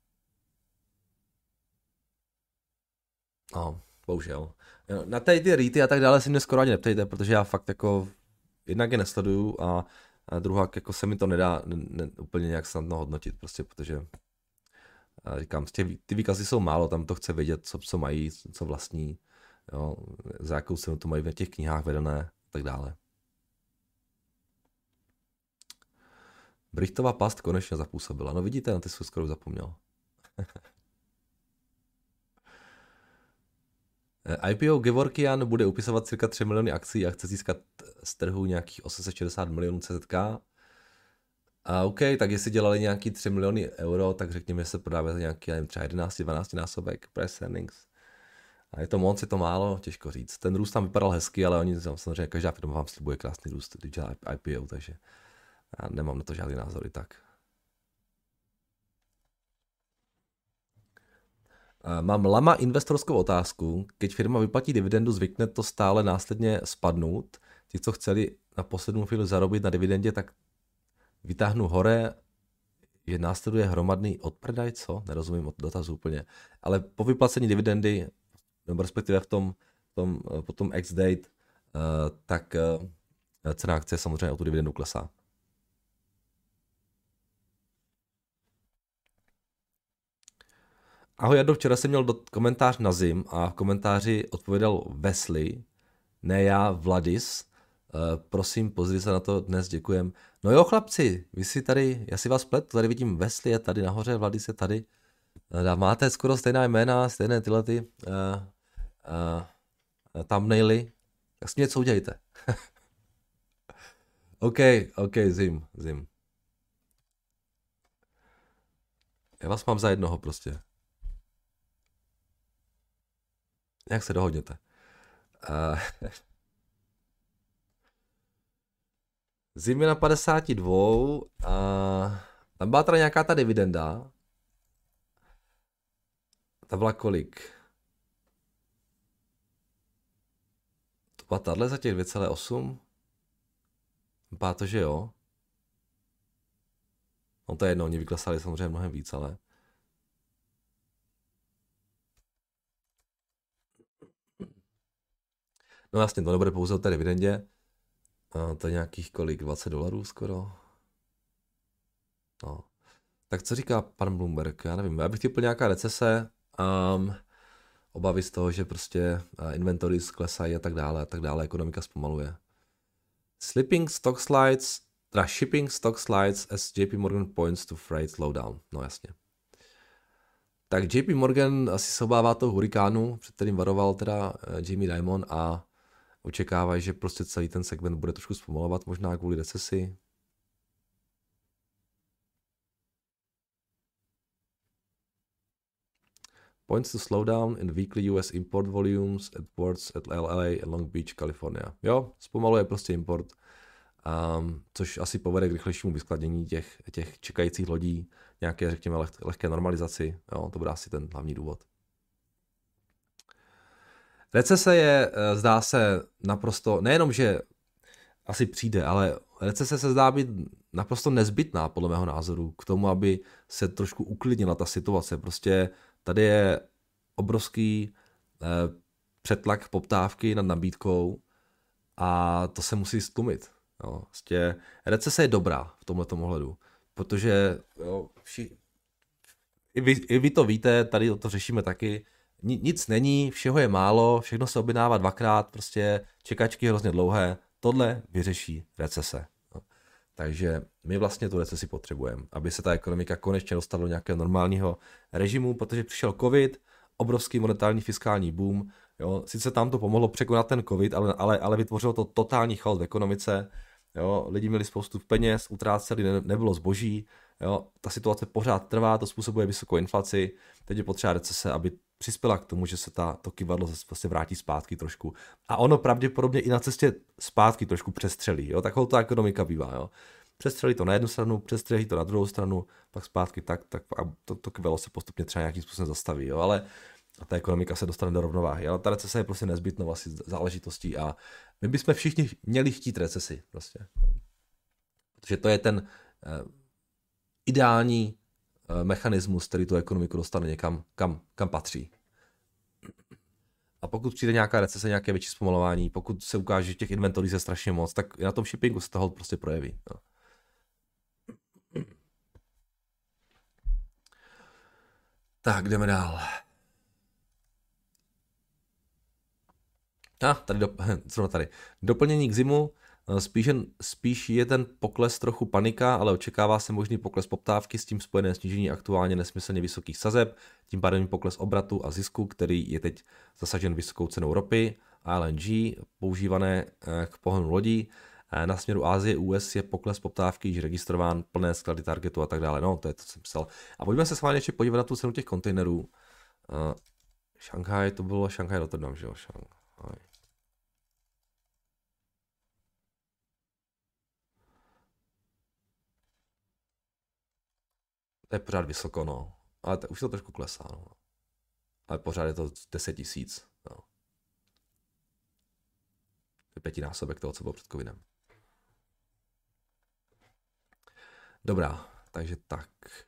No, bohužel. Jo, na tady ty rýty a tak dále si mě skoro ani neptejte, protože já fakt jako jednak je nesleduju a, a druhá jako se mi to nedá ne, ne, úplně nějak snadno hodnotit, prostě, protože a říkám, ty, ty výkazy jsou málo, tam to chce vědět, co, co mají, co vlastní, jo, za jakou cenu to mají v těch knihách vedené a tak dále. Brichtová past konečně zapůsobila. No vidíte, na ty jsem skoro zapomněl. I P O Gevorkian bude upisovat cirka tři miliony akcí a chce získat z trhu nějakých osm set šedesát milionů C Z K. A OK, tak jestli dělali nějaký tři miliony euro, tak řekněme, že se prodává za nějaký, nevím, třeba jedenáct dvanáct násobek price earnings. A je to moc, je to málo, těžko říct. Ten růst tam vypadal hezky, ale oni samozřejmě každá firma vám slibuje krásný růst, když dělá I P O, takže já nemám na to žádný názor i tak. Mám lama investorskou otázku. Keď firma vyplatí dividendu, zvykne to stále následně spadnout. Ti, co chceli na poslední chvíli zarobit na dividendě, tak vytáhnu hore, že následuje hromadný odprodaj, co? Nerozumím od dotazu úplně. Ale po vyplacení dividendy, nebo respektive v tom, v tom potom ex-date, tak cena akcie samozřejmě o tu dividendu klesá. Ahoj Jardo, včera jsem měl komentář na Zim a v komentáři odpovědal Wesley, ne já, Vladis. Uh, prosím, pozri se na to, dnes děkujem. No jo chlapci, vy si tady, já si vás pletu, tady vidím Wesley je tady nahoře, Vladis je tady. Uh, máte skoro stejná jména, stejné tyhle ty uh, uh, thumbnaily, tak s tím něco udělejte. OK, OK, Zim, Zim. Já vás mám za jednoho prostě. Jak se dohodněte. Uh, Zim je na padesát dva a tam byla teda nějaká ta dividenda. Ta byla kolik? To byla tahle za těch dvě celé osm? Vypadá to, že jo. No to je jedno, oni vyklesali samozřejmě mnohem víc, ale... No jasně, to nebude pouze o té dividendě. A to je nějakých kolik? dvacet dolarů skoro? No. Tak co říká pan Bloomberg? Já nevím, já bych typl nějaká recese, um, obavy z toho, že prostě uh, inventory sklesají a tak dále, a tak dále, ekonomika zpomaluje. Slipping stock slides, teda shipping stock slides as J P Morgan points to freight slowdown. No jasně. Tak J P Morgan asi se obává toho hurikánu, před kterým varoval teda Jamie Dimon a očekávají, že prostě celý ten segment bude trošku zpomalovat, možná kvůli recesi. Points to slow down in weekly U S import volumes at ports at L A and Long Beach, California. Jo, zpomaluje prostě import, um, což asi povede k rychlejšímu vyskladnění těch, těch čekajících lodí, nějaké, řekněme, leh, lehké normalizaci. Jo, to bude asi ten hlavní důvod. Recese je, zdá se, naprosto, nejenom, že asi přijde, ale recese se zdá být naprosto nezbytná, podle mého názoru, k tomu, aby se trošku uklidnila ta situace. Prostě tady je obrovský eh, přetlak poptávky nad nabídkou a to se musí stlumit. Jo. Prostě recese je dobrá v tomhletom ohledu, protože jo, vši, i, vy, i vy to víte, tady to řešíme taky, nic není, všeho je málo, všechno se objednává dvakrát, prostě čekačky hrozně dlouhé, tohle vyřeší recese. No. Takže my vlastně tu recesi potřebujeme, aby se ta ekonomika konečně dostala do nějakého normálního režimu, protože přišel covid, obrovský monetární fiskální boom, jo. Sice tam to pomohlo překonat ten covid, ale, ale, ale vytvořilo to totální chaos v ekonomice, jo. Lidi měli spoustu peněz, utráceli, ne, nebylo zboží, jo. Ta situace pořád trvá, to způsobuje vysokou inflaci, teď je potřeba recese, aby přispěla k tomu, že se ta, to kyvadlo zase vrátí zpátky trošku. A ono pravděpodobně i na cestě zpátky trošku přestřelí. Jo? Takovou ta ekonomika bývá. Jo? přestřelí to na jednu stranu, přestřelí to na druhou stranu, pak zpátky tak, tak a to, to kvělo se postupně třeba nějakým způsobem zastaví, jo, ale a ta ekonomika se dostane do rovnováhy, ale ta recese je prostě nezbytnou asi záležitostí a my bychom všichni měli chtít recesi prostě, protože to je ten eh, ideální eh, mechanismus, který tu ekonomiku dostane někam, kam, kam patří. A pokud přijde nějaká recese, nějaké větší zpomalování, pokud se ukáže, že těch inventorí je strašně moc, tak na tom shippingu se toho prostě projeví. No. Tak, jdeme dál. A, ah, tady, do, zrovna tady. Doplnění k zimu, spíš, spíš je ten pokles trochu panika, ale očekává se možný pokles poptávky, s tím spojené snížení aktuálně nesmyslně vysokých sazeb, tím pádem pokles obratu a zisku, který je teď zasažen vysokou cenou ropy, L N G, používané k pohonu lodí. Na směru Asie U S je pokles poptávky již registrován, plné sklady targetu a tak dále. No, to je to, co jsem psal. A pojďme se schválně ještě podívat na tu cenu těch kontejnerů. Uh, Šanghaj, to bylo Šanghaj Rotterdam, že jo? Šanghaj. To je pořád vysoko, no. Ale to, už to trošku klesá, no. Ale pořád je to deset tisíc, no. To je pětinásobek toho, co bylo před covidem. Dobrá, takže tak.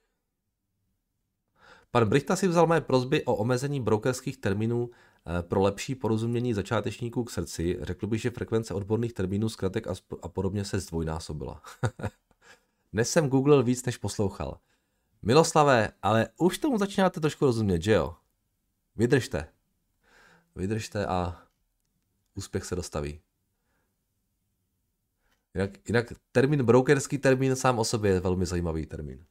Pan Brichta si vzal mé prosby o omezení brokerských termínů pro lepší porozumění začátečníků k srdci. Řekl bych, že frekvence odborných termínů, zkratek a podobně se zdvojnásobila. Dnes jsem googlil víc, než poslouchal. Miloslavé, ale už tomu začínáte trošku rozumět, že jo? Vydržte. Vydržte a úspěch se dostaví. Jinak, jinak termín, brokerský termín sám o sobě je velmi zajímavý termín.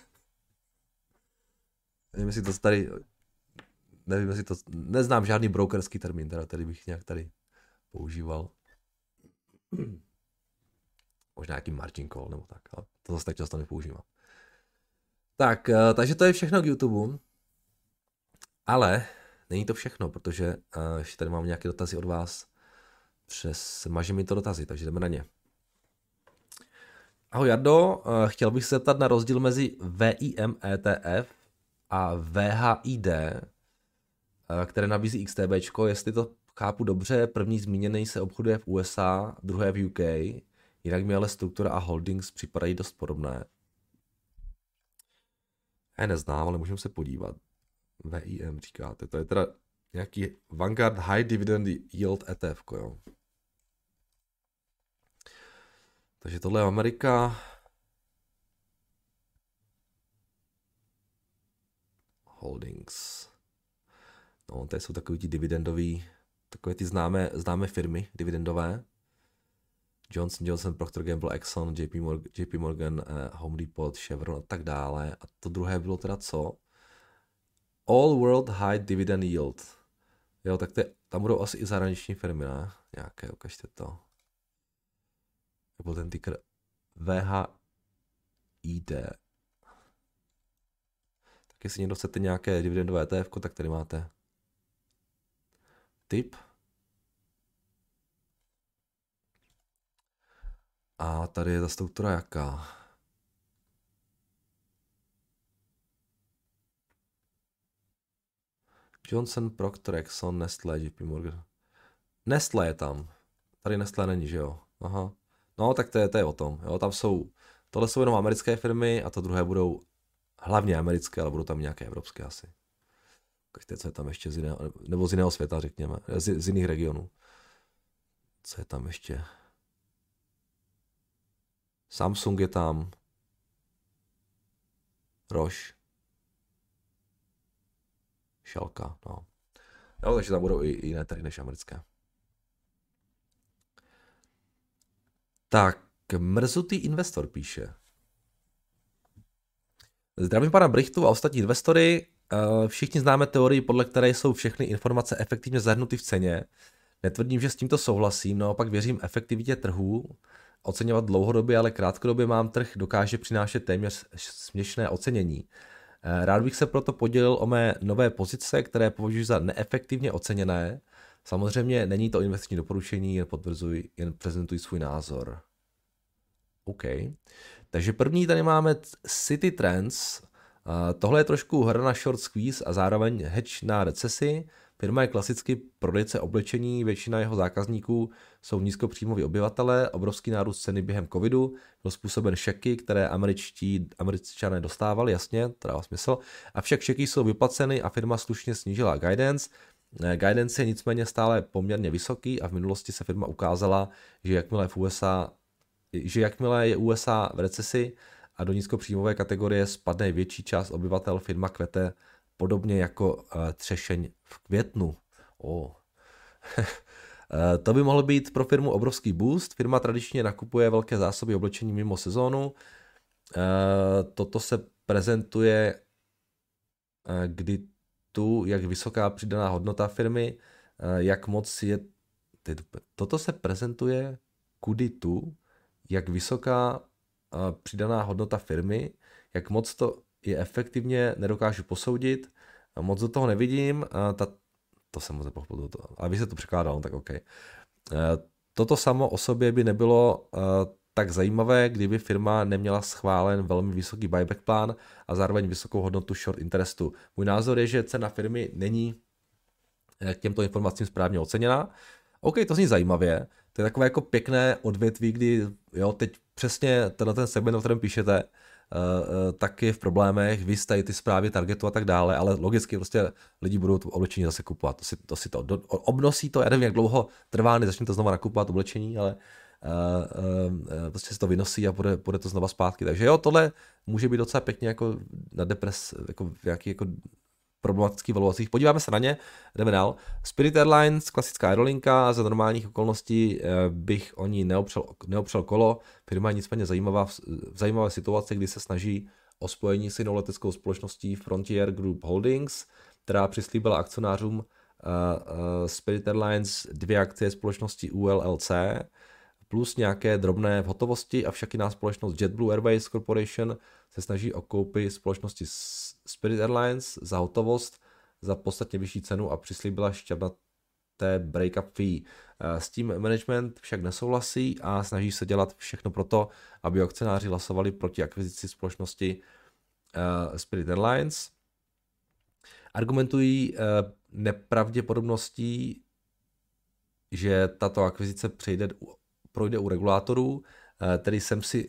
Nevím, jestli to tady, nevím, jestli to, neznám žádný brokerský termín, teda tady bych nějak tady používal. Možná nějaký margin call nebo tak, ale to zase tak často nepoužívám. Tak, takže to je všechno k YouTube. Ale není to všechno, protože uh, ještě tady mám nějaké dotazy od vás. Přes maže mi to dotazy, takže jdeme na ně. Ahoj Jardo, uh, chtěl bych se zeptat na rozdíl mezi V I M E T F a V H I D, uh, které nabízí X T B, jestli to chápu dobře, první zmíněný se obchoduje v U S A, druhé v U K, jinak mi ale struktura a holdings připadají dost podobné. Já neznám, ale můžeme se podívat. V I M říkáte, to je teda nějaký Vanguard High Dividend Yield E T F, jo. Takže tohle je Amerika. Holdings. No, tady jsou takový ti dividendový, takové ty známé, známé firmy dividendové. Johnson Johnson, Procter Gamble, Exxon, J P Morgan, J P Morgan eh, Home Depot, Chevron a tak dále. A to druhé bylo teda co? All World High Dividend Yield. Jo, tak to je, tam budou asi i zahraniční firmy, ne? Nějaké, ukažte to. Nebo ten ticker V H I D. Tak jestli někdo chcete nějaké dividendové E T F, tak tady máte tip. A tady je ta struktura jaká? Johnson, Procter, Exxon, Nestlé, J P Morgan. Nestlé je tam. Tady Nestlé není, že jo? Aha. No, tak to je, to je o tom. Jo, tam jsou, tohle jsou jenom americké firmy a to druhé budou hlavně americké, ale budou tam nějaké evropské asi. Každé, co je tam ještě z jiného, nebo z jiného světa, řekněme, z, z jiných regionů. Co je tam ještě? Samsung je tam. Roche. Šalka, no. Jo, takže tam budou i, i jiné tady než americké. Tak, mrzutý investor píše. Zdravím pana Brichtu a ostatní investory. Všichni známe teorii, podle které jsou všechny informace efektivně zahrnuty v ceně. Netvrdím, že s tímto souhlasím, naopak věřím efektivitě trhů. Oceňovat dlouhodobě, ale krátkodobě mám trh dokáže přinášet téměř směšné ocenění. Rád bych se proto podělil o mé nové pozice, které považuji za neefektivně oceněné. Samozřejmě není to investiční doporučení, jen potvrzuji, jen prezentuji svůj názor. OK. Takže první tady máme City Trends. Tohle je trošku hra na short squeeze a zároveň hedge na recesi. Firma je klasicky prodejce oblečení, většina jeho zákazníků jsou nízkopříjmoví obyvatelé, obrovský nárůst ceny během covidu byl způsoben šeky, které američtí, američané dostávali, jasně, to dává smysl, avšak šeky jsou vyplaceny a firma slušně snížila guidance. Guidance je nicméně stále poměrně vysoký a v minulosti se firma ukázala, že jakmile, v U S A, že jakmile je U S A v recesi a do nízkopříjmové kategorie spadne větší část obyvatel, firma kvete podobně jako uh, třešeň v květnu. Oh. To by mohlo být pro firmu obrovský boost. Firma tradičně nakupuje velké zásoby oblečení mimo sezónu. Uh, toto se prezentuje, uh, kdy tu, jak vysoká přidaná hodnota firmy, uh, jak moc je... Toto se prezentuje kudy tu, jak vysoká uh, přidaná hodnota firmy, jak moc to je efektivně, nedokážu posoudit, moc do toho nevidím, a ta, to jsem moc nepochopil, ale vy se to překládal, tak OK. Toto samo o sobě by nebylo tak zajímavé, kdyby firma neměla schválen velmi vysoký buyback plán a zároveň vysokou hodnotu short interestu. Můj názor je, že cena firmy není k těmto informacím správně oceněna. OK, to zní zajímavě, to je takové jako pěkné odvětví, kdy jo, teď přesně tenhle ten segment, o kterém píšete, Uh, tak je v problémech, vy jste ty zprávy targetu a tak dále, ale logicky prostě lidi budou to oblečení zase kupovat. To si to, si to do, obnosí to, já nevím, jak dlouho trvá, než začne to znova nakupovat oblečení, ale uh, uh, prostě se to vynosí a bude, bude to znova zpátky. Takže jo, tohle může být docela pěkně jako na depres, jako v nějaký jako problematických valuacích. Podíváme se na ně, jdeme dál. Spirit Airlines, klasická aerolinka, za normálních okolností bych o ní neopřel, neopřel kolo. Firma je nicméně zajímavá v zajímavé situaci, kdy se snaží o spojení s jinou leteckou společností Frontier Group Holdings, která přislíbila akcionářům uh, uh, Spirit Airlines dvě akcie společnosti U L L C plus nějaké drobné v hotovosti, avšak jiná společnost JetBlue Airways Corporation se snaží o koupy společnosti Spirit Airlines za hotovost za podstatně vyšší cenu a přislíbila šťavnaté break-up fee. S tím management však nesouhlasí a snaží se dělat všechno pro to, aby akcionáři hlasovali proti akvizici společnosti Spirit Airlines. Argumentují nepravděpodobností, že tato akvizice přejde, projde u regulátorů, tedy jsem si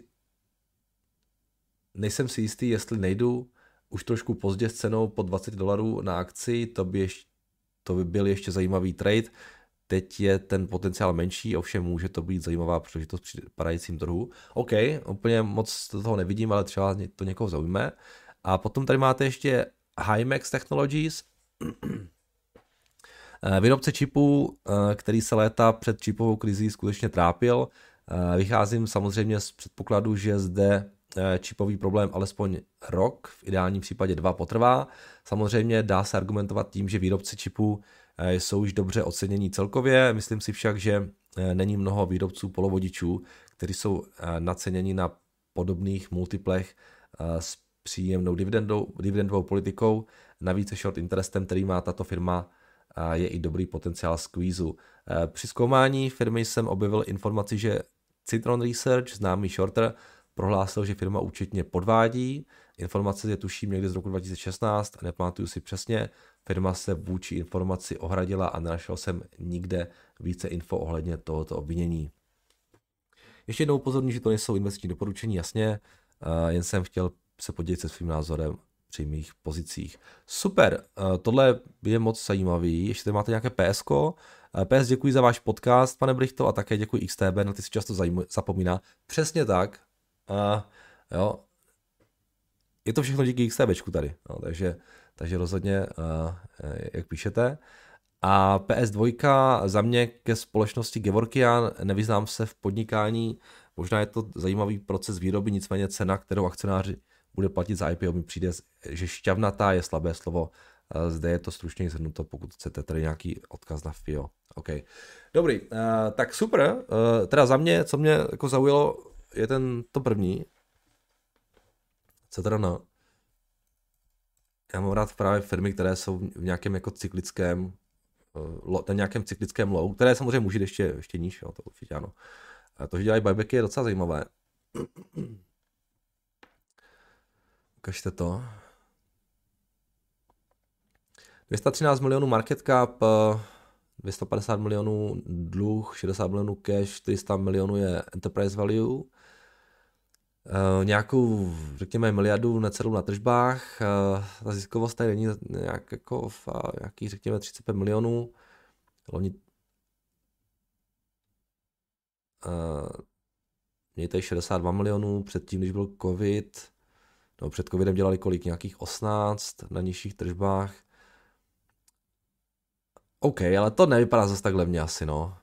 nejsem si jistý, jestli nejdu už trošku pozdě s cenou po dvacet dolarů na akci, to by, ještě, to by byl ještě zajímavý trade. Teď je ten potenciál menší, ovšem může to být zajímavá příležitost při padajícím trhu. OK, úplně moc toho nevidím, ale třeba to někoho zaujme. A potom tady máte ještě Himax Technologies, výrobce čipů, který se léta před čipovou krizí skutečně trápil. Vycházím samozřejmě z předpokladu, že zde čipový problém alespoň rok, v ideálním případě dva potrvá. Samozřejmě dá se argumentovat tím, že výrobci čipů jsou již dobře ocenění celkově. Myslím si však, že není mnoho výrobců polovodičů, kteří jsou naceněni na podobných multiplech s příjemnou dividendou, dividendovou politikou. Navíc short interestem, který má tato firma, je i dobrý potenciál squeezeu. Při zkoumání firmy jsem objevil informaci, že Citron Research, známý shorter, prohlásil, že firma účetně podvádí. Informace je tuším někdy z roku dva tisíce šestnáct, nepamatuju si přesně. Firma se vůči informaci ohradila a nenašel jsem nikde více info ohledně tohoto obvinění. Ještě jednou upozorním, že to nejsou investiční doporučení, jasně, jen jsem chtěl se podělit se svým názorem při mých pozicích. Super, tohle je moc zajímavý. Ještě tady máte nějaké P S ko. P S, děkuji za váš podcast, pane Brichto, a také děkuji X T B, na ty si často zajím, zapomíná. Přesně tak. Uh, jo. Je to všechno díky XTBčku tady, no, takže, takže rozhodně, uh, jak píšete. A P S dva za mě ke společnosti Gevorkian, nevyznám se v podnikání, možná je to zajímavý proces výroby, nicméně cena, kterou akcionáři bude platit za I P O, mi přijde, že šťavnatá je slabé slovo. Uh, zde je to stručně zhrnuto, pokud chcete tady nějaký odkaz na F I O. OK. Dobrý, uh, tak super, uh, teda za mě, co mě jako zaujalo, je ten to první. Co teda no? Já mám rád právě firmy, které jsou v nějakém jako cyklickém, na nějakém cyklickém low, které samozřejmě může ještě, ještě níž, jo, to určitě ano. A to, že dělají buybacky, je docela zajímavé. Ukažte to. dvě stě třináct milionů market cap, dvě stě padesát milionů dluh, šedesát milionů cash, čtyři sta milionů je enterprise value. Uh, nějakou, řekněme, miliardu necelou na tržbách. Uh, ta ziskovost tady není nějak jako v, uh, nějaký, řekněme, třicet pět milionů. Loni uh, měli tady šedesát dva milionů, předtím, když byl covid, no před covidem dělali kolik, nějakých osmnáct na nižších tržbách. OK, ale to nevypadá zase tak levně asi, no.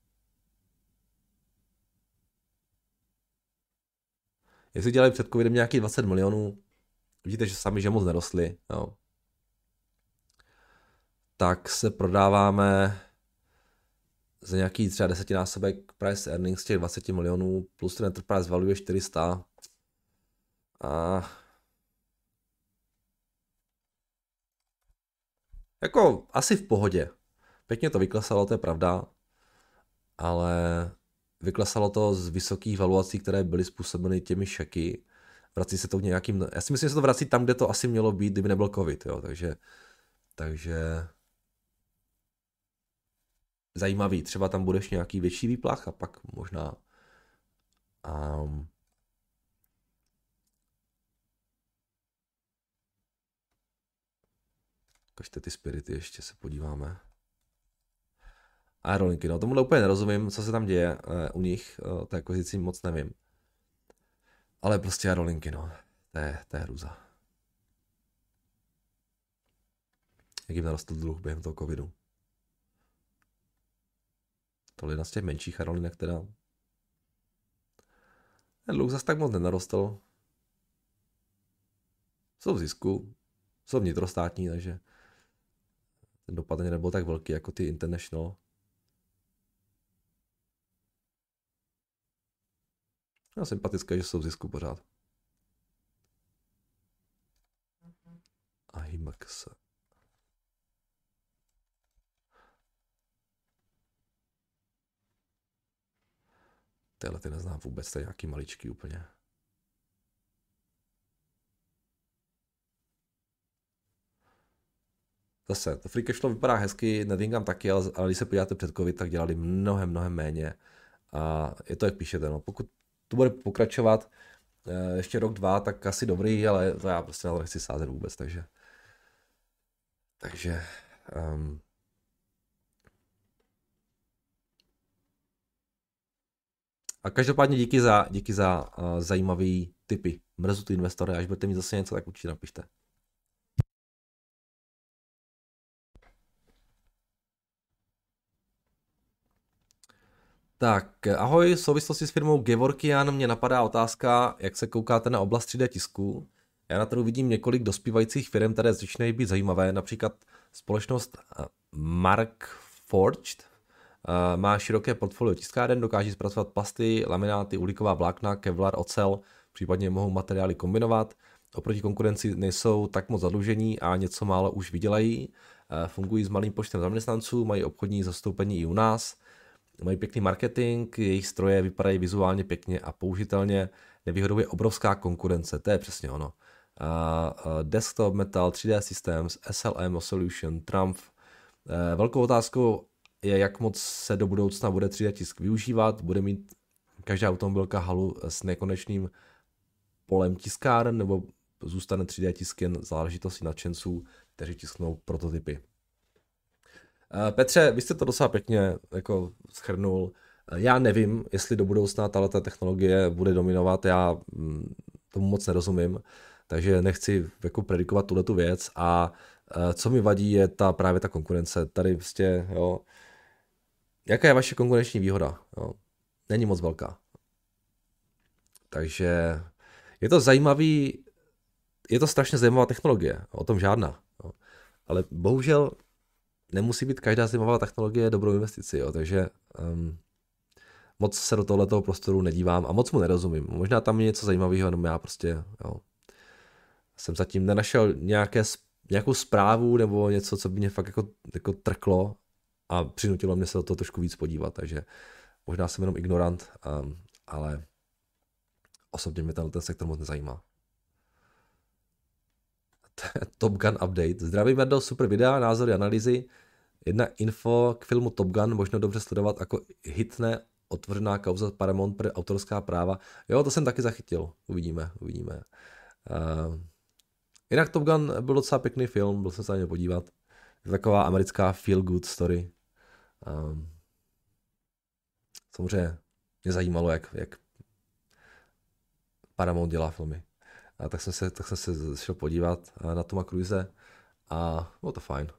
Jestli dělali před covidem nějaký dvacet milionů, vidíte, že sami, že moc nerostli, jo. Tak se prodáváme za nějaký třeba desetinásobek price earnings těch dvacet milionů, plus ten enterprise value je čtyři sta. A jako asi v pohodě. Pěkně to vyklesalo, to je pravda, ale vyklesalo to z vysokých valuací, které byly způsobeny těmi šeky. Vrací se to k nějakým, já si myslím, že se to vrací tam, kde to asi mělo být, kdyby nebyl covid, jo, takže, takže zajímavý, třeba tam budeš nějaký větší výplach a pak možná um, ukažte ty spirity, ještě se podíváme. Aerolinky, no tomu úplně nerozumím, co se tam děje uh, u nich, uh, to jako říct moc nevím. Ale prostě aerolinky, no, to je, to je hrůza. Jak jim narostl dluh během toho covidu. To je jedna z těch menších aerolinek, která ten dluh zase tak moc nenarostl. Jsou v zisku, jsou vnitrostátní, takže ten dopad ani nebyl tak velký jako ty international. No, sympatické, že jsou v zisku pořád. A Himax. Tyhle ty neznám vůbec, to je nějaký maličký úplně. Zase, to free cashflow vypadá hezky, Nettingam taky, ale, ale když se podíváte před covid, tak dělali mnohem, mnohem méně. A je to, jak píšete, no. Pokud to bude pokračovat e, ještě rok, dva, tak asi dobrý, ale to já prostě na to nechci sázet vůbec, takže takže um, a každopádně díky za, díky za uh, zajímavý tipy. Mrzutý investory, až budete mít zase něco, tak určitě napište. Tak, ahoj, v souvislosti s firmou Gevorkian mě napadá otázka, jak se koukáte na oblast tři dé tisku. Já na trhu vidím několik dospívajících firm, které začínají být zajímavé, například společnost Mark Forged, má široké portfolio tiskáren, dokáží zpracovat plasty, lamináty, uhlíková vlákna, kevlar, ocel, případně mohou materiály kombinovat. Oproti konkurenci nejsou tak moc zadlužení a něco málo už vydělají. Fungují s malým počtem zaměstnanců, mají obchodní zastoupení i u nás. Mají pěkný marketing, jejich stroje vypadají vizuálně pěkně a použitelně. Nevýhodou je obrovská konkurence, to je přesně ono. Uh, uh, Desktop Metal, tři dé Systems, S L M Solution, Trump. Uh, velkou otázkou je, jak moc se do budoucna bude tři dé tisk využívat. Bude mít každá automobilka halu s nekonečným polem tiskáren, nebo zůstane tři dé tisk jen záležitostí nadšenců, kteří tisknou prototypy. Petře, vy jste to docela pěkně jako shrnul. Já nevím, jestli do budoucna tato technologie bude dominovat, já tomu moc nerozumím, takže nechci jako predikovat tuhletu věc a co mi vadí je ta právě ta konkurence. Tady prostě, jo, jaká je vaše konkurenční výhoda? Jo? Není moc velká. Takže je to zajímavý, je to strašně zajímavá technologie, o tom žádná. Jo? Ale bohužel nemusí být každá zajímavá technologie dobrou investici, jo, takže um, moc se do tohletoho prostoru nedívám a moc mu nerozumím. Možná tam je něco zajímavého, jenom já prostě, jo, jsem zatím nenašel nějaké, nějakou zprávu nebo něco, co by mě fakt jako, jako trklo a přinutilo mě se do toho trošku víc podívat, takže možná jsem jenom ignorant, um, ale osobně mě ten, ten sektor moc nezajímá. Top Gun update. Zdravím, Verdo, super videa, názory, analýzy. Jedna info k filmu Top Gun, možno dobře sledovat, jako hitne otvořená kauza Paramount pro autorská práva. Jo, to jsem taky zachytil. Uvidíme, uvidíme. Uh, jinak Top Gun byl docela pěkný film, byl jsem se na něj podívat. Je taková americká feel good story. Um, samozřejmě mě zajímalo, jak, jak Paramount dělá filmy. A tak jsem se, tak jsem se šel podívat na Toma Cruise a bylo to fajn.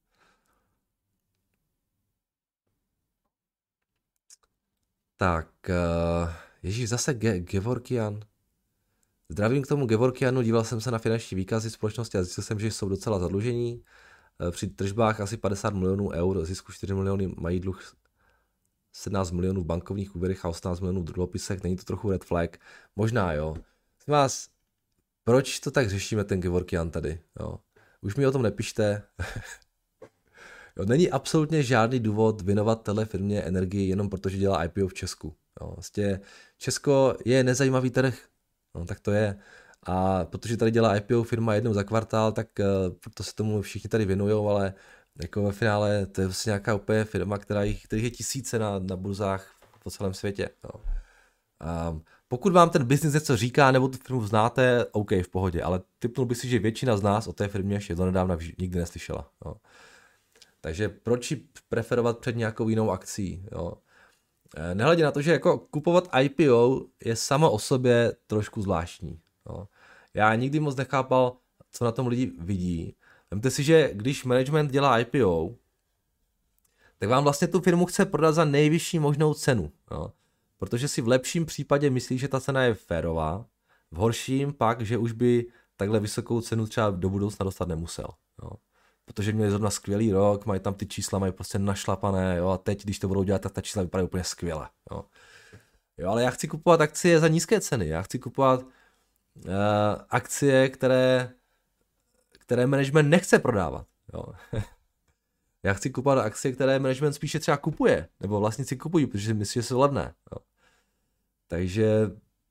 Tak, uh, ježíš, zase Ge- Gevorkian. Zdravím k tomu Gevorkianu, díval jsem se na finanční výkazy společnosti a zjistil jsem, že jsou docela zadlužení. Při tržbách asi padesát milionů eur, zisku čtyři miliony, mají dluh sedmnáct milionů v bankovních úvěrech a osmnáct milionů v dluhopisech. Není to trochu red flag? Možná jo. Vás, proč to tak řešíme, ten Gevorkian tady? Jo. Už mi o tom nepište. Jo, není absolutně žádný důvod věnovat téhle firmě energii jenom protože dělá I P O v Česku. Jo, vlastně Česko je nezajímavý trh, no, tak to je. A protože tady dělá I P O firma jednou za kvartál, tak uh, proto se tomu všichni tady věnujou, ale jako ve finále to je vlastně nějaká úplně firma, která jich, kterých je tisíce na, na burzách po celém světě. Jo. A pokud vám ten biznis něco říká, nebo tu firmu znáte, OK, v pohodě, ale tipnul bych si, že většina z nás o té firmě ještě donedávna nikdy neslyšela. Jo. Takže proč ji preferovat před nějakou jinou akcí? Jo? Nehledě na to, že jako kupovat I P O je samo o sobě trošku zvláštní. Jo? Já nikdy moc nechápal, co na tom lidi vidí. Vemte si, že když management dělá I P O, tak vám vlastně tu firmu chce prodat za nejvyšší možnou cenu. Jo? Protože si v lepším případě myslí, že ta cena je férová, v horším pak, že už by takhle vysokou cenu třeba do budoucna dostat nemusel. Jo? Protože měli zrovna skvělý rok, mají tam ty čísla, mají prostě našlapané, jo, a teď, když to budou dělat, tak ta čísla vypadají úplně skvěle, jo. Jo, ale já chci kupovat akcie za nízké ceny, já chci kupovat uh, akcie, které, které management nechce prodávat, jo. Já chci kupovat akcie, které management spíše třeba kupuje, nebo vlastníci kupují, protože si myslí, že jsou levné, jo. Takže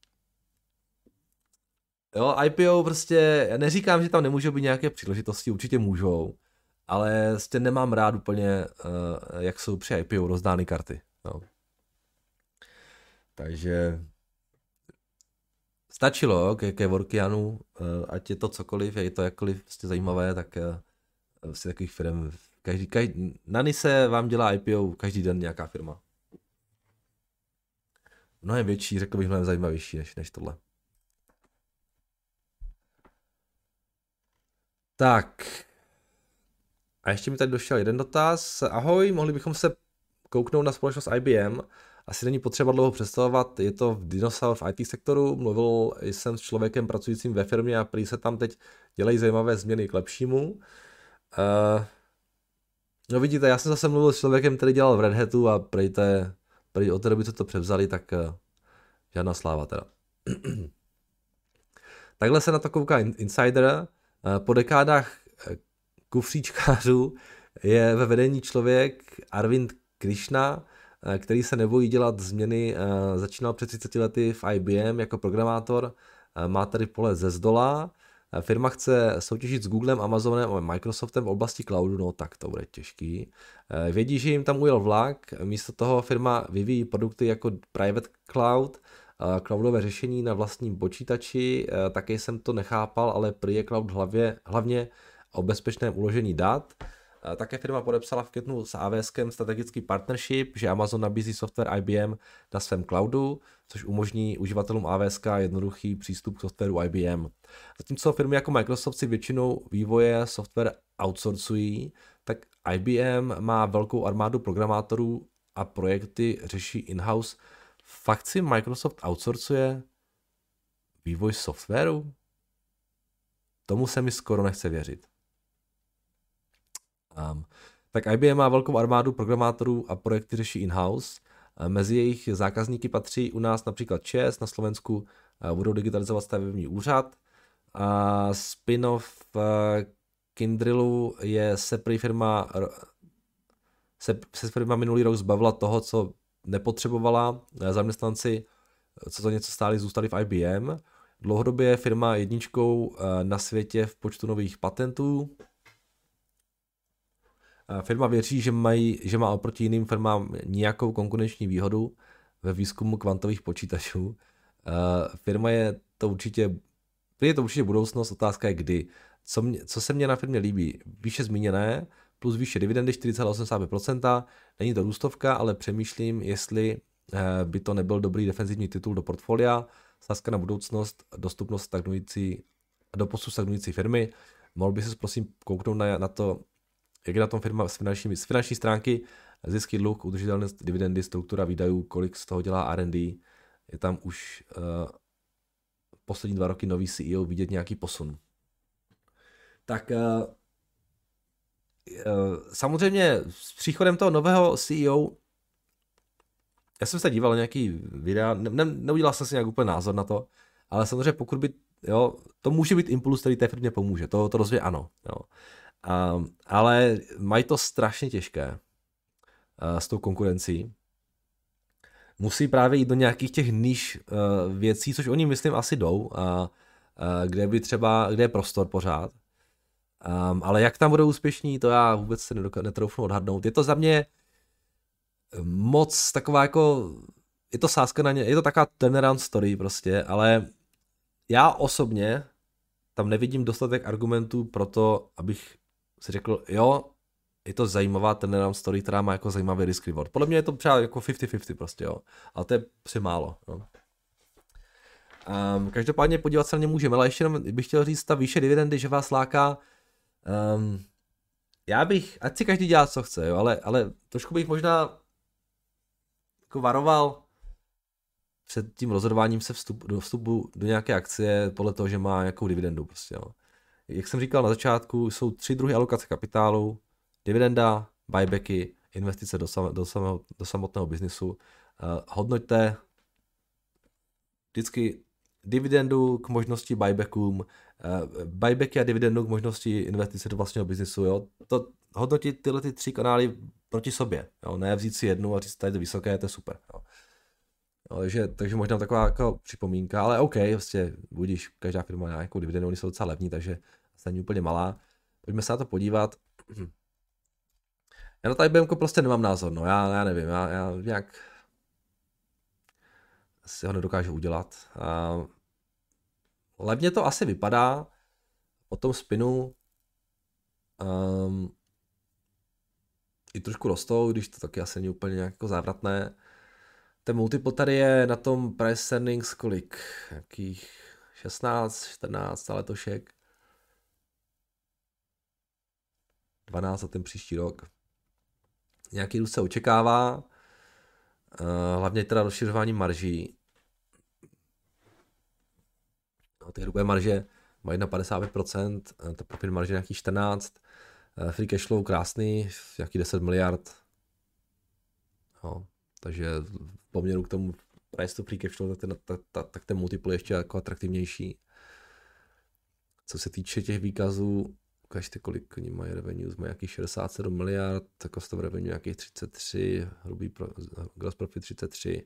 jo, I P O prostě, já neříkám, že tam nemůžou být nějaké příležitosti, určitě můžou, ale prostě nemám rád úplně, uh, jak jsou při I P O rozdány karty. No. Takže stačilo ke Gevorkianu, uh, ať je to cokoliv, je to jakkoliv prostě zajímavé, tak uh, vlastně takových firm, každý, každý, na Nise vám dělá I P O každý den nějaká firma. Mnohem větší, řekl bych mnohem zajímavější než, než tohle. Tak. A ještě mi tady došel jeden dotaz. Ahoj, mohli bychom se kouknout na společnost I B M. Asi není potřeba dlouho představovat, je to v dinosaur v I T sektoru. Mluvil jsem s člověkem pracujícím ve firmě a prý se tam teď dělají zajímavé změny k lepšímu. Uh, no vidíte, já jsem zase mluvil s člověkem, který dělal v Red Hatu a prý, te, prý od té doby, co to převzali, tak uh, žádná sláva teda. Takhle se na to kouká Insider. Po dekádách kufříčkářů je ve vedení člověk Arvind Krishna, který se nebojí dělat změny. Začínal před třiceti lety v I B M jako programátor, má tady pole ze zdola. Firma chce soutěžit s Googlem, Amazonem a Microsoftem v oblasti cloudu, no tak to bude těžký. Vědí, že jim tam ujel vlak, místo toho firma vyvíjí produkty jako private cloud, cloudové řešení na vlastním počítači, také jsem to nechápal, ale prý je cloud hlavě, hlavně o bezpečném uložení dat. Také firma podepsala v květnu s AWSkem strategický partnership, že Amazon nabízí software I B M na svém cloudu, což umožní uživatelům AWS jednoduchý přístup k softwaru I B M. Zatímco firmy jako Microsoft si většinou vývoje software outsourcují, tak I B M má velkou armádu programátorů a projekty řeší in-house. Fakt si Microsoft outsourcuje vývoj softwaru? Tomu se mi skoro nechce věřit. Um, tak I B M má velkou armádu programátorů a projekty řeší in-house. Mezi jejich zákazníky patří u nás například ČEZ, na Slovensku budou digitalizovat stavební úřad. A spin-off Kyndrylu je se prý firma se, se firma minulý rok zbavila toho, co nepotřebovala. Zaměstnanci, co to něco stáli, zůstali v I B M. Dlouhodobě je firma jedničkou na světě v počtu nových patentů. Firma věří, že, mají, že má oproti jiným firmám nějakou konkurenční výhodu ve výzkumu kvantových počítačů. Firma je to určitě, je to určitě budoucnost, otázka je kdy. Co, mě, co se mně na firmě líbí? Výše zmíněné, plus výše dividendy čtyři celá osmdesát pět procenta, není to růstovka, ale přemýšlím, jestli by to nebyl dobrý defenzivní titul do portfolia, sázka na budoucnost, dostupnost stagnující, doposud stagnující firmy. Mohl by se prosím kouknout na, na to, jak je na tom firma s finanční, s finanční stránky, zisky, dluh, udržitelnost, dividendy, struktura výdajů, kolik z toho dělá R and D. Je tam už uh, poslední dva roky nový C E O vidět nějaký posun. Tak uh, uh, samozřejmě s příchodem toho nového C E O, já jsem se díval na nějaký videa, ne, ne, neudělal jsem si nějak úplně názor na to, ale samozřejmě pokud by, jo, to může být impuls, který té firmě pomůže, to, to rozhodně ano, jo. Uh, ale mají to strašně těžké uh, s tou konkurencí. Musí právě jít do nějakých těch níž uh, věcí, což oni myslím asi jdou, uh, uh, kde by třeba, kde je prostor pořád. Um, ale jak tam budou úspěšní, to já vůbec se netroufnu odhadnout. Je to za mě moc taková jako, je to sázka na ně, je to taková turnaround story prostě, ale já osobně tam nevidím dostatek argumentů pro to, abych si řekl, jo, je to zajímavá turnaround story, která má jako zajímavý risk reward. Podle mě je to třeba jako padesát na padesát prostě, jo. Ale to je při málo, no. Um, každopádně podívat se na ně můžeme, ale ještě jenom bych chtěl říct, ta výše dividendy, že vás láká, um, já bych, ať si každý dělá, co chce, jo, ale, ale trošku bych možná jako varoval před tím rozhodováním se vstup, do vstupu do nějaké akcie podle toho, že má nějakou dividendu prostě, jo. Jak jsem říkal na začátku, jsou tři druhy alokace kapitálu, dividenda, buybacky, investice do, sam, do, samého, do samotného biznisu. Uh, hodnoťte vždycky dividendu k možnosti buybackům, uh, buybacky a dividendu k možnosti investice do vlastního biznisu. Jo? To, hodnotit tyhle ty tři kanály proti sobě. Jo? Ne vzít si jednu a říct, tady to vysoké, to je super. Jo? Jo, takže, takže možná taková jako připomínka, ale OK, vlastně budíš, každá firma má nějakou dividendu, oni jsou docela levní, takže není úplně malá. Pojďme se na to podívat. Já na tady bé em ko prostě nemám názor, no já, já nevím, já, já nějak si ho nedokážu udělat. A levně to asi vypadá po tom spinu. Um, I trošku rostou, když to taky asi není úplně nějak jako závratné. Ten multiple tady je na tom price earnings kolik? Jakých šestnáct, čtrnáct letošek. dvanáct za ten příští rok. Nějaký růst se očekává, hlavně teda rozšiřování marží. Ty hrubé marže mají na padesát pět procent, ta profit marže nějaký čtrnáct procent, free cash flow krásný, nějaký deset miliard. No, takže v poměru k tomu price to free cash flow, tak ten, tak, tak, tak ten multiple je ještě jako atraktivnější. Co se týče těch výkazů, ukažte, kolik oni mají revenues, mají nějakých šedesát sedm miliard, cost of revenue nějakých třicet tři, hrubý pro, gross profit třicet tři,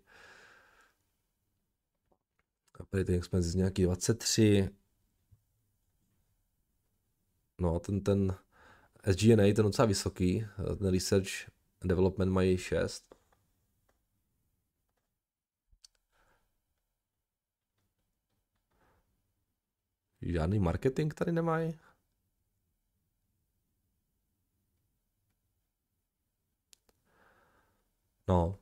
operating expenses nějaký dvacet tři, no ten, ten S G and A ten docela vysoký, ten research and development mají šest. Žádný marketing tady nemají. No.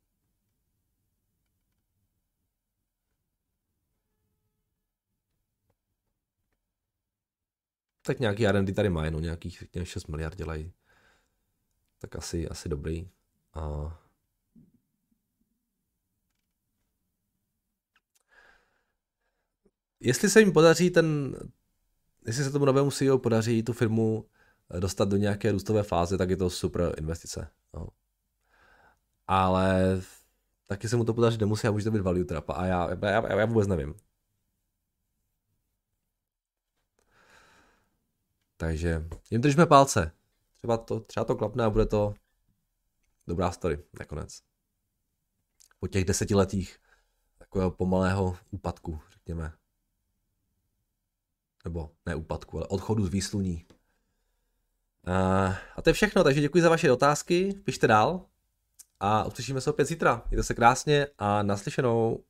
Tak nějaký R and D tady mají, no nějakých šest miliard dělají. Tak asi, asi dobrý. A... Jestli se jim podaří ten, jestli se tomu novému C E O podaří tu firmu dostat do nějaké růstové fáze, tak je to super investice. No. Ale taky se mu to podaří nemusí a může to být value trap a já, já, já vůbec nevím. Takže jim držíme palce. Třeba to, třeba to klapne a bude to dobrá story nakonec. Po těch desetiletích takového pomalého úpadku, řekněme. Nebo ne úpadku, ale odchodu z výsluní. Uh, a to je všechno, takže děkuji za vaše otázky, pište dál a uslyšíme se opět zítra. Mějte se krásně a naslyšenou.